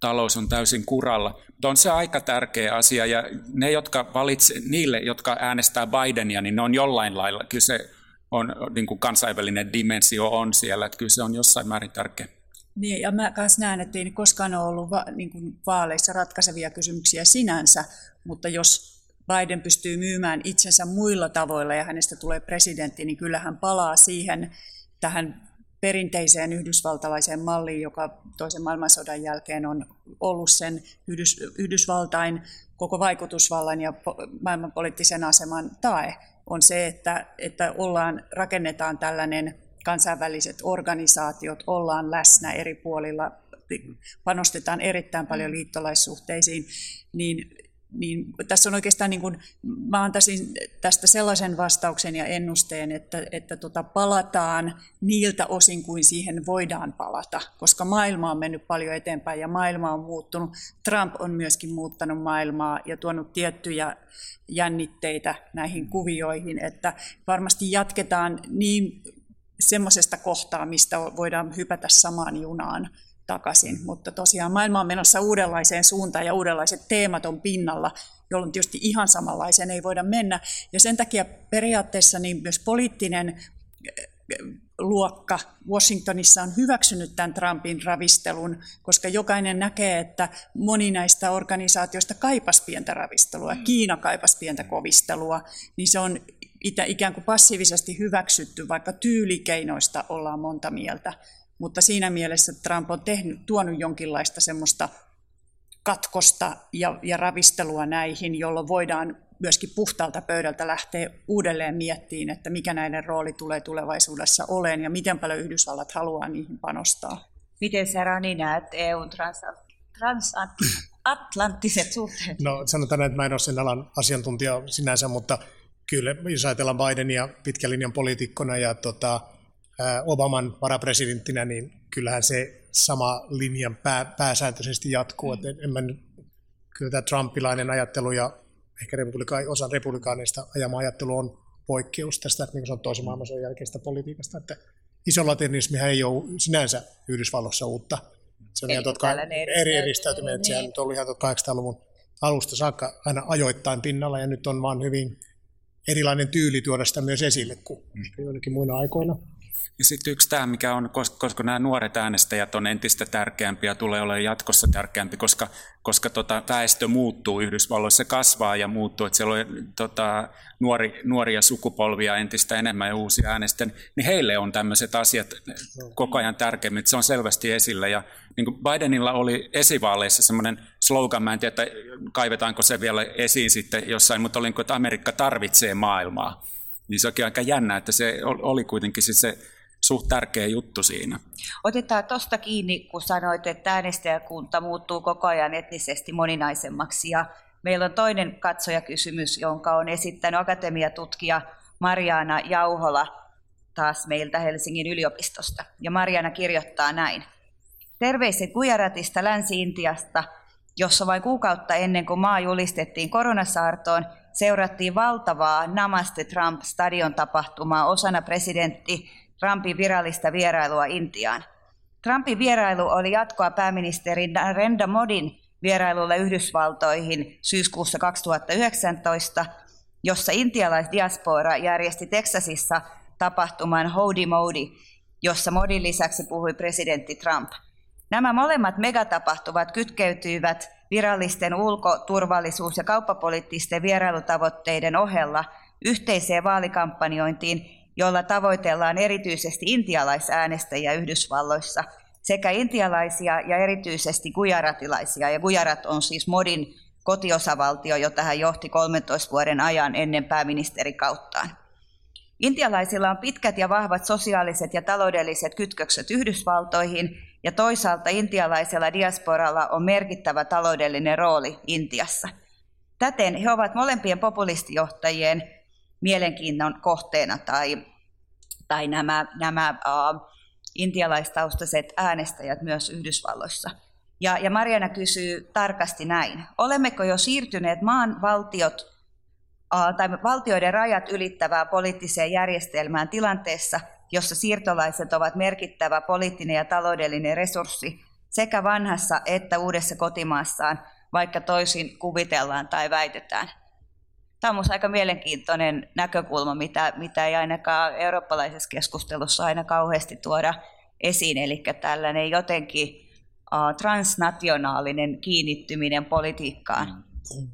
talous on täysin kuralla. Mutta on se aika tärkeä asia, ja ne, jotka valitse, niille, jotka äänestää Bidenia, niin ne on jollain lailla, kyllä se on, niin kuin kansainvälinen dimensio on siellä, että kyllä se on jossain määrin tärkeä. Niin, ja mä kanssa näen, että ei koskaan ole ollut va, niin kuin vaaleissa ratkaisevia kysymyksiä sinänsä, mutta jos Biden pystyy myymään itsensä muilla tavoilla ja hänestä tulee presidentti, niin kyllä hän palaa siihen tähän perinteiseen yhdysvaltalaiseen malliin, joka toisen maailmansodan jälkeen on ollut sen Yhdys, Yhdysvaltain koko vaikutusvallan ja maailmanpoliittisen aseman tae, on se, että, että ollaan, rakennetaan tällainen kansainväliset organisaatiot, ollaan läsnä eri puolilla, panostetaan erittäin paljon liittolaissuhteisiin, niin Niin tässä on oikeastaan, niin kuin, mä antaisin tästä sellaisen vastauksen ja ennusteen, että, että tota palataan niiltä osin kuin siihen voidaan palata, koska maailma on mennyt paljon eteenpäin ja maailma on muuttunut. Trump on myöskin muuttanut maailmaa ja tuonut tiettyjä jännitteitä näihin kuvioihin, että varmasti jatketaan niin semmoisesta kohtaa, mistä voidaan hypätä samaan junaan takaisin, mutta tosiaan maailma on menossa uudenlaiseen suuntaan ja uudenlaiset teemat on pinnalla, jolloin tietysti ihan samanlaiseen ei voida mennä. Ja sen takia periaatteessa niin myös poliittinen luokka Washingtonissa on hyväksynyt tämän Trumpin ravistelun, koska jokainen näkee, että moni näistä organisaatioista kaipasi pientä ravistelua, Kiina kaipasi pientä kovistelua, niin se on ikään kuin passiivisesti hyväksytty, vaikka tyylikeinoista ollaan monta mieltä. Mutta siinä mielessä Trump on tehnyt, tuonut jonkinlaista semmoista katkosta ja, ja ravistelua näihin, jolloin voidaan myöskin puhtaalta pöydältä lähteä uudelleen miettimään, että mikä näiden rooli tulee tulevaisuudessa olemaan ja miten paljon Yhdysvallat haluaa niihin panostaa. Miten sä, Rani, näet E U:n transatlanttiset suhteet? No sanotaan, että mä en ole sen alan asiantuntija sinänsä, mutta kyllä jos ajatellaan Bidenia pitkän linjan poliitikkona ja tota, Obaman varapresidenttinä, niin kyllähän se sama linjan pää, pääsääntöisesti jatkuu. Mm. En mä nyt, kyllä tämä trumpilainen ajattelu ja ehkä republika- osan republikaaneista ajama ajattelu on poikkeus tästä, niin kuin sanon, toisen maailmansodan jälkeistä politiikasta. Että isolaternismihän ei ole sinänsä Yhdysvalloissa uutta. Se on ihan totka, eri eristäytyminen, että sehän nyt on ollut ihan kahdeksankymmentäluvun alusta saakka aina ajoittain pinnalla, ja nyt on vaan hyvin erilainen tyyli tuoda sitä myös esille kuin mm. joidenkin muina aikoina. Ja sitten yksi tämä, mikä on, koska nämä nuoret äänestäjät on entistä tärkeämpiä ja tulee olemaan jatkossa tärkeämpi, koska, koska tota, väestö muuttuu Yhdysvalloissa, se kasvaa ja muuttuu, että siellä on tota, nuori, nuoria sukupolvia entistä enemmän ja uusia äänestäjiä, niin heille on tämmöiset asiat koko ajan tärkeämmin, että se on selvästi esillä. Ja niin kuin Bidenilla oli esivaaleissa semmoinen slogan, mä en tiedä, että kaivetaanko se vielä esiin sitten jossain, mutta oli, että Amerikka tarvitsee maailmaa. Niin se onkin aika jännä, että se oli kuitenkin se suht tärkeä juttu siinä. Otetaan tuosta kiinni, kun sanoit, että äänestäjäkunta muuttuu koko ajan etnisesti moninaisemmaksi. Ja meillä on toinen katsojakysymys, jonka on esittänyt akatemiatutkija Marjaana Jauhola taas meiltä Helsingin yliopistosta. Ja Marjaana kirjoittaa näin. Terveiset Gujaratista Länsi-Intiasta, jossa vain kuukautta ennen kuin maa julistettiin koronasaartoon, seurattiin valtavaa Namaste Trump-stadion tapahtumaa osana presidentti Trumpin virallista vierailua Intiaan. Trumpin vierailu oli jatkoa pääministeri Narendra Modin vierailulle Yhdysvaltoihin syyskuussa kaksituhattayhdeksäntoista, jossa intialaisdiaspora järjesti Teksasissa tapahtuman Howdy Modi, jossa Modin lisäksi puhui presidentti Trump. Nämä molemmat megatapahtuvat kytkeytyivät virallisten ulko-, turvallisuus- ja kauppapoliittisten vierailutavoitteiden ohella yhteiseen vaalikampanjointiin, jolla tavoitellaan erityisesti intialaisäänestäjiä Yhdysvalloissa sekä intialaisia ja erityisesti gujaratilaisia. Ja Gujarat on siis Modin kotiosavaltio, jota hän johti kolmentoista vuoden ajan ennen pääministerikauttaan. Intialaisilla on pitkät ja vahvat sosiaaliset ja taloudelliset kytkökset Yhdysvaltoihin, ja toisaalta intialaisella diasporalla on merkittävä taloudellinen rooli Intiassa. Täten he ovat molempien populistijohtajien mielenkiinnon kohteena tai, tai nämä, nämä uh, intialaistaustaiset äänestäjät myös Yhdysvalloissa. Ja, ja Marjaana kysyy tarkasti näin. Olemmeko jo siirtyneet maan valtiot, uh, tai valtioiden rajat ylittävään poliittiseen järjestelmään tilanteessa, jossa siirtolaiset ovat merkittävä poliittinen ja taloudellinen resurssi sekä vanhassa että uudessa kotimaassaan, vaikka toisin kuvitellaan tai väitetään. Tämä on minusta aika mielenkiintoinen näkökulma, mitä, mitä ei ainakaan eurooppalaisessa keskustelussa aina kauheasti tuoda esiin, eli tällainen jotenkin uh, transnationaalinen kiinnittyminen politiikkaan.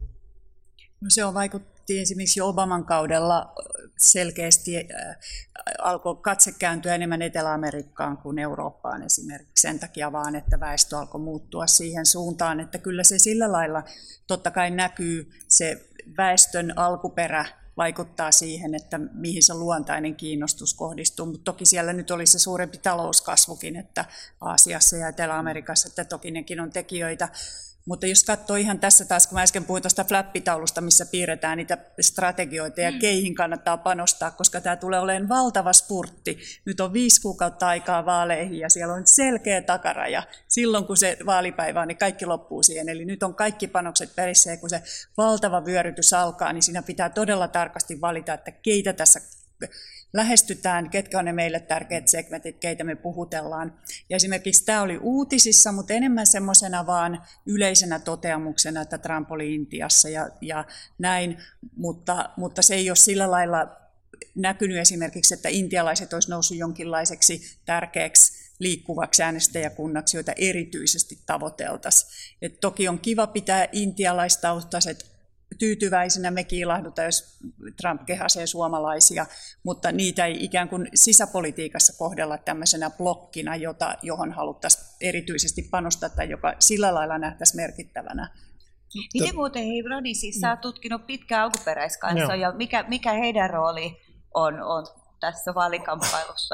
No se on vaikutti esimerkiksi Obaman kaudella selkeästi, äh, alkoi katse kääntyä enemmän Etelä-Amerikkaan kuin Eurooppaan esimerkiksi sen takia vaan, että väestö alkoi muuttua siihen suuntaan, että kyllä se sillä lailla totta kai näkyy se väestön alkuperä vaikuttaa siihen, että mihin se luontainen kiinnostus kohdistuu, mutta toki siellä nyt oli se suurempi talouskasvukin, että Aasiassa ja Etelä-Amerikassa, että toki nekin on tekijöitä. Mutta jos katsoo ihan tässä taas, kun mä äsken puhuin tuosta flappitaulusta, missä piirretään niitä strategioita ja keihin kannattaa panostaa, koska tämä tulee olemaan valtava spurtti. Nyt on viisi kuukautta aikaa vaaleihin ja siellä on selkeä takaraja. Silloin kun se vaalipäivä on, niin kaikki loppuu siihen. Eli nyt on kaikki panokset perissä ja kun se valtava vyörytys alkaa, niin siinä pitää todella tarkasti valita, että keitä tässä lähestytään, ketkä on ne meille tärkeät segmentit, keitä me puhutellaan. Ja esimerkiksi tämä oli uutisissa, mutta enemmän semmoisena vaan yleisenä toteamuksena, että Trump oli Intiassa ja, ja näin, mutta, mutta se ei ole sillä lailla näkynyt esimerkiksi, että intialaiset olisi noussut jonkinlaiseksi tärkeäksi liikkuvaksi äänestäjäkunnaksi, joita erityisesti tavoiteltaisiin. Et toki on kiva pitää intialaistaustaiset tyytyväisenä, me kiilahdutaan, jos Trump kehasee suomalaisia, mutta niitä ei ikään kuin sisäpolitiikassa kohdella tämmöisenä blokkina, jota, johon haluttaisiin erityisesti panostaa tai joka sillä lailla nähtäisiin merkittävänä. Miten muuten, hei Roni, siis sä oot tutkinut pitkään alkuperäiskansaa, ja mikä, mikä heidän rooli on, on tässä vaalikamppailussa?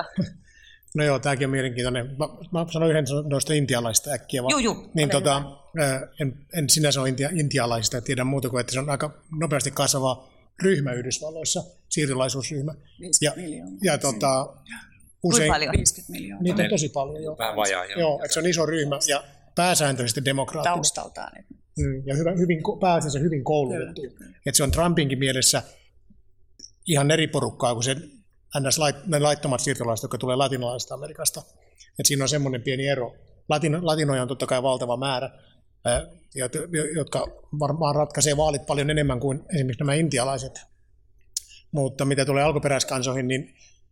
No joo, tämäkin on mielenkiintoinen. Mä, mä sanon yhden noista intialaisista äkkiä. Juu, juu, niin tota, en, en sinänsä ole intia, intialaisista ja tiedä muuta kuin, että se on aika nopeasti kasvava ryhmä Yhdysvalloissa, siirtolaisuusryhmä. viisikymmentä miljoonaa. Ja tota, usein, viisikymmentä miljoonaa. Niitä on tosi paljon. Joo. Vähän vajaa. Joo, joo että se on iso ryhmä ja pääsääntöisesti demokraattinen. Taustaltaan. Mm, ja hyvä, hyvin, pääasiassa hyvin koulutettu. Että se on Trumpinkin mielessä ihan eri porukkaa kuin se ne laittomat siirtolaiset, jotka tulee latinalaisesta Amerikasta. Et siinä on semmoinen pieni ero. Latin, latinoja on totta kai valtava määrä, jotka varmaan ratkaisee vaalit paljon enemmän kuin esimerkiksi nämä intialaiset. Mutta mitä tulee alkuperäiskansoihin, niin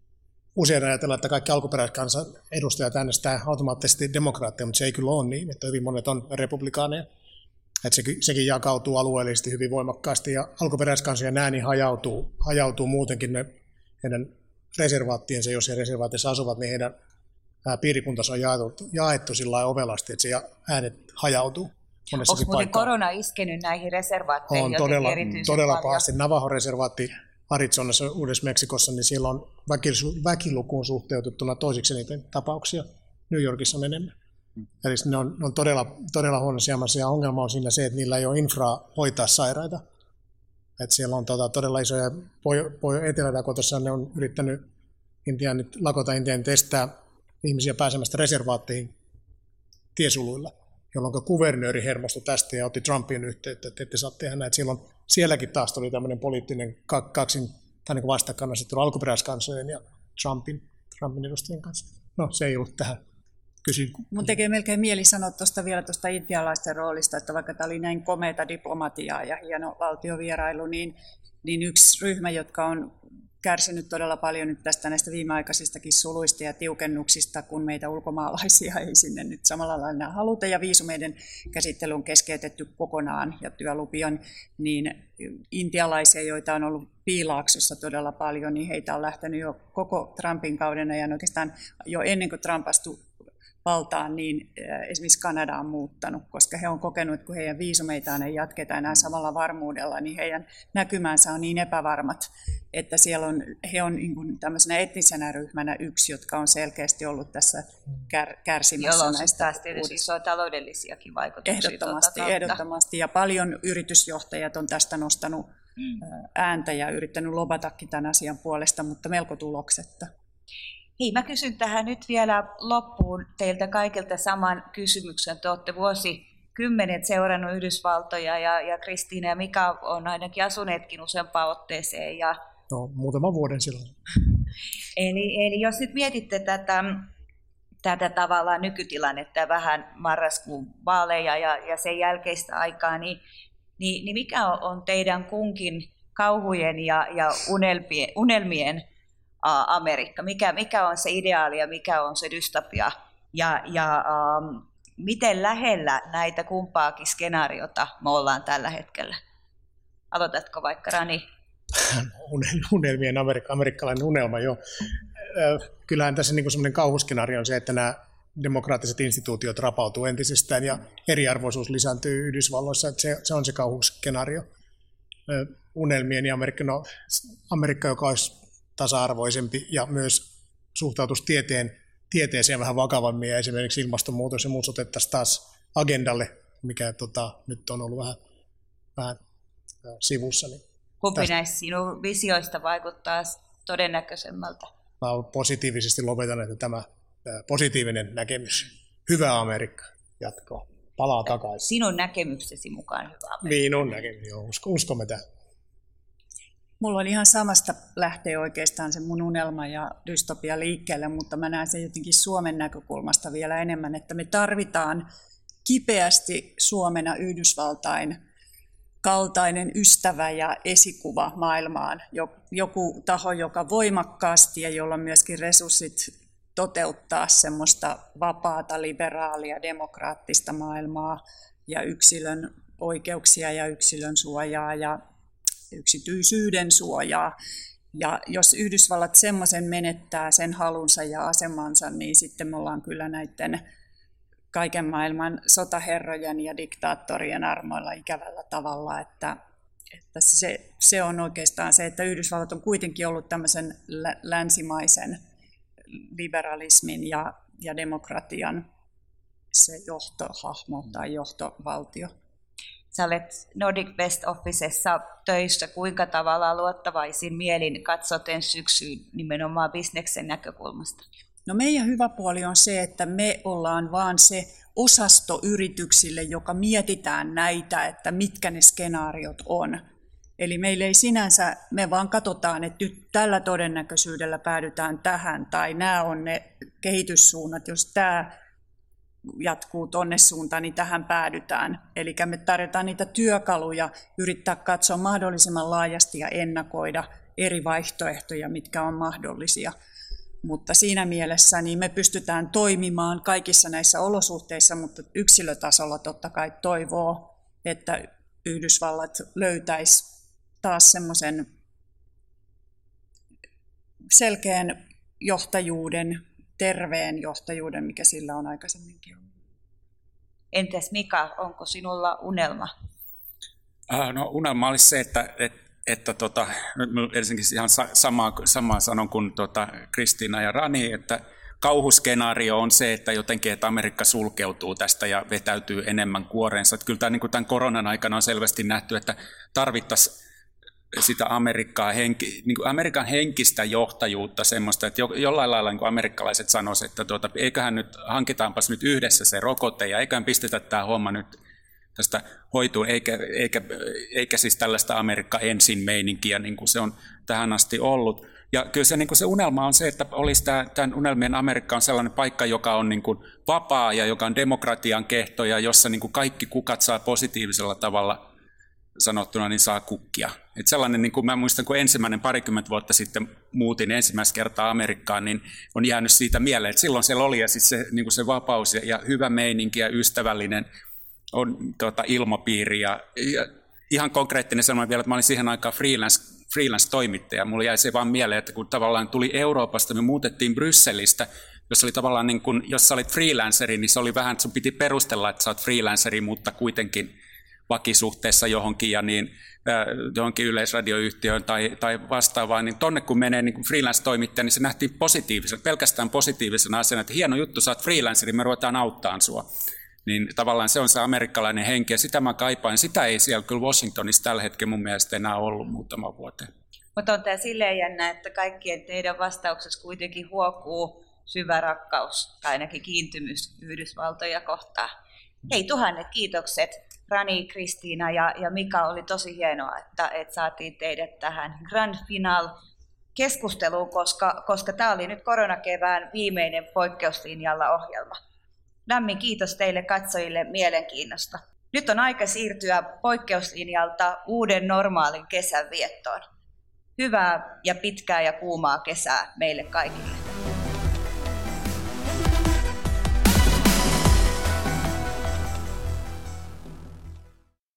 usein ajatellaan, että kaikki alkuperäiskansan edustajat äänestää automaattisesti demokraatteja, mutta se ei kyllä ole niin, että hyvin monet on republikaaneja. Että sekin, sekin jakautuu alueellisesti hyvin voimakkaasti ja alkuperäiskansojen ääni hajautuu, hajautuu muutenkin ne heidän reservaattiensa, jos he reservaatissa asuvat, niin heidän piirikuntansa on jaettu, jaettu sillä lailla ovelasti, että se äänet hajautuu monessakin paikkaa. Onko muuten korona iskenyt näihin reservaatteihin on jotenkin todella, erityisen todella paljon? pahasti. Navajo-reservaatti Arizonassa, Uudessa-Meksikossa, niin siellä on väkilukuun suhteutettuna toisiksi niitä tapauksia. New Yorkissa on enemmän. Eli ne on, ne on todella, todella huonossa jamassa, ja ongelma on siinä se, että niillä ei ole infraa hoitaa sairaita. Että siellä on tota, todella isoja, Etelä-Dakotassa ne on yrittänyt Intianit, lakota Intianit estää ihmisiä pääsemästä reservaatteihin tiesuluilla, jolloin kuvernööri hermostui tästä ja otti Trumpin yhteyttä, että ette saa tehdä näin. Silloin sielläkin taas tuli tämmöinen poliittinen kaksin, tai niin vastakkainasettelu alkuperäiskansojen ja Trumpin, Trumpin edustajien kanssa. No, se ei ollut tähän. Mun tekee melkein mieli sanoa tuosta vielä tuosta intialaisten roolista, että vaikka tämä oli näin komeata diplomatiaa ja hieno valtiovierailu, niin, niin yksi ryhmä, jotka on kärsinyt todella paljon nyt tästä näistä viimeaikaisistakin suluista ja tiukennuksista, kun meitä ulkomaalaisia ei sinne nyt samalla lailla haluta, ja viisumeiden käsittely on keskeytetty kokonaan ja työlupia, niin intialaisia, joita on ollut Piilaaksossa todella paljon, niin heitä on lähtenyt jo koko Trumpin kaudena ja oikeastaan jo ennen kuin Trump astui valtaan, niin esimerkiksi Kanada on muuttanut, koska he on kokenut, että kun heidän viisumeitaan ei jatketa enää samalla varmuudella, niin heidän näkymänsä on niin epävarmat, että siellä on, he on niin kuin tämmöisenä etnisenä ryhmänä yksi, jotka on selkeästi ollut tässä kär, kärsimässä Jolla on näistä taas tietysti isoja taloudellisiakin vaikutuksia. Ehdottomasti, tuota ehdottomasti. Ja paljon yritysjohtajat on tästä nostanut mm. ääntä ja yrittänyt lobatakin tämän asian puolesta, mutta melko tuloksetta. Hei, mä kysyn tähän nyt vielä loppuun teiltä kaikilta saman kysymyksen. Te olette vuosikymmenet seurannut Yhdysvaltoja ja, ja Kristiina ja Mika on ainakin asuneetkin useampaan otteeseen. Ja... No, muutama vuoden silloin. Eli, eli jos nyt mietitte tätä tätä tavallaan nykytilannetta ja vähän marraskuun vaaleja ja, ja sen jälkeistä aikaa, niin, niin, niin mikä on, on teidän kunkin kauhujen ja, ja unelmien, unelmien uh, Amerikka? Mikä, mikä on se ideaali ja mikä on se dystopia? Ja, ja um, miten lähellä näitä kumpaakin skenaariota me ollaan tällä hetkellä? Aloitatko vaikka, Rani? Unelmien Amerikka, amerikkalainen unelma, joo. Kyllähän tässä niin semmoinen kauhuskenaario on se, että nämä demokraattiset instituutiot rapautuu entisestään ja eriarvoisuus lisääntyy Yhdysvalloissa, että se, se on se kauhuskenaario. Unelmien ja Amerikka, no, Amerikka, joka olisi tasa-arvoisempi ja myös suhtautuisi tieteen, tieteeseen vähän vakavammin ja esimerkiksi ilmastonmuutos ja muut otettaisiin taas agendalle, mikä tota, nyt on ollut vähän, vähän sivussa. Niin kumpi näistä sinun visioista vaikuttaa todennäköisemmältä? Mä positiivisesti lopetan, että tämä positiivinen näkemys, hyvä Amerikka, jatkoa, palaa takaisin. Sinun näkemyksesi mukaan hyvä Amerikka. Minun näkemys, joo, usko, uskomme tähän. Mulla on ihan samasta lähtee oikeastaan se mun unelma ja dystopia liikkeelle, mutta mä näen sen jotenkin Suomen näkökulmasta vielä enemmän, että me tarvitaan kipeästi Suomena Yhdysvaltain kaltainen ystävä ja esikuva maailmaan. Joku taho, joka voimakkaasti ja jolla on myöskin resurssit toteuttaa semmoista vapaata, liberaalia, demokraattista maailmaa ja yksilön oikeuksia ja yksilön suojaa ja yksityisyyden suojaa. Ja jos Yhdysvallat semmoisen menettää sen halunsa ja asemansa, niin sitten me ollaan kyllä näiden kaiken maailman sotaherrojen ja diktaattorien armoilla ikävällä tavalla, että, että se, se on oikeastaan se, että Yhdysvallat on kuitenkin ollut tämmöisen länsimaisen liberalismin ja, ja demokratian se johtohahmo tai johtovaltio. Sä olet Nordic West Officessa töissä. Kuinka tavallaan luottavaisin mielin katsoten syksyyn nimenomaan bisneksen näkökulmasta? No meidän hyvä puoli on se, että me ollaan vaan se osasto yrityksille, joka mietitään näitä, että mitkä ne skenaariot on. Eli meillä ei sinänsä, me vaan katsotaan, että nyt tällä todennäköisyydellä päädytään tähän, tai nämä on ne kehityssuunnat, jos tämä jatkuu tonne suuntaan, niin tähän päädytään. Eli me tarjotaan niitä työkaluja, yrittää katsoa mahdollisimman laajasti ja ennakoida eri vaihtoehtoja, mitkä on mahdollisia. Mutta siinä mielessä niin me pystytään toimimaan kaikissa näissä olosuhteissa, mutta yksilötasolla totta kai toivoo, että Yhdysvallat löytäisi taas semmoisen selkeän johtajuuden, terveen johtajuuden, mikä sillä on aikaisemminkin ollut. Entäs Mika, onko sinulla unelma? Uh, no unelma olisi se, että, että, että tota, ensinnäkin ihan samaa, samaa sanon kuin tota, Kristiina ja Rani, että kauhuskenaario on se, että jotenkin että Amerikka sulkeutuu tästä ja vetäytyy enemmän kuoreensa. Että kyllä tämä, niin kuin tämän koronan aikana on selvästi nähty, että tarvittaisiin sitä Amerikkaa, henki, niin kuin Amerikan henkistä johtajuutta, semmoista, että jo, jollain lailla niin kuin amerikkalaiset sanoisivat, että tuota, eiköhän nyt, hankitaanpas nyt yhdessä se rokote ja eiköhän pistetä tämä homma nyt tästä hoituu, eikä, eikä, eikä siis tällaista Amerikka ensin meininkiä, niin kuin se on tähän asti ollut. Ja kyllä se, niin kuin se unelma on se, että olisi tämä, tämän unelmien Amerikka on sellainen paikka, joka on niin kuin vapaa ja joka on demokratian kehto ja jossa niin kuin kaikki kukat saa positiivisella tavalla sanottuna, niin saa kukkia. Et sellainen, niin kuin mä muistan, kun ensimmäinen parikymmentä vuotta sitten muutin ensimmäistä kertaa Amerikkaan, niin on jäänyt siitä mieleen, että silloin siellä oli ja siis se, niin kuin se vapaus ja, ja hyvä meininki ja ystävällinen on, tuota, ilmapiiri. Ja, ja ihan konkreettinen sellainen vielä, että mä olin siihen aikaan freelance, freelance-toimittaja. Mulla jäi se vaan mieleen, että kun tavallaan tuli Euroopasta, me muutettiin Brysselistä, jos oli tavallaan niin kuin, jos sä olit freelanceri, niin se oli vähän, että sun piti perustella, että sä oot freelanceri, mutta kuitenkin vakisuhteessa johonkin ja niin, äh, johonkin yleisradioyhtiöön tai, tai vastaavaan, niin tonne kun menee niin freelance-toimittaja, niin se nähtiin positiivisena, pelkästään positiivisena asiana, että hieno juttu, sä oot freelanceri, me ruvetaan auttamaan sua. Niin tavallaan se on se amerikkalainen henki ja sitä mä kaipaan. Sitä ei siellä kyllä Washingtonissa tällä hetkellä mun mielestä enää ollut muutama vuoteen. Mutta on tämä silleen jännä, että kaikkien teidän vastauksessa kuitenkin huokuu syvä rakkaus tai ainakin kiintymys Yhdysvaltoja kohtaan. Hei, tuhannet kiitokset Rani, Kristiina ja, ja Mika. Oli tosi hienoa, että, että saatiin teidät tähän Grand Final keskusteluun, koska, koska tämä oli nyt koronakevään viimeinen Poikkeuslinjalla -ohjelma. Lämmin kiitos teille katsojille mielenkiinnosta. Nyt on aika siirtyä Poikkeuslinjalta uuden normaalin kesän viettoon. Hyvää ja pitkää ja kuumaa kesää meille kaikille.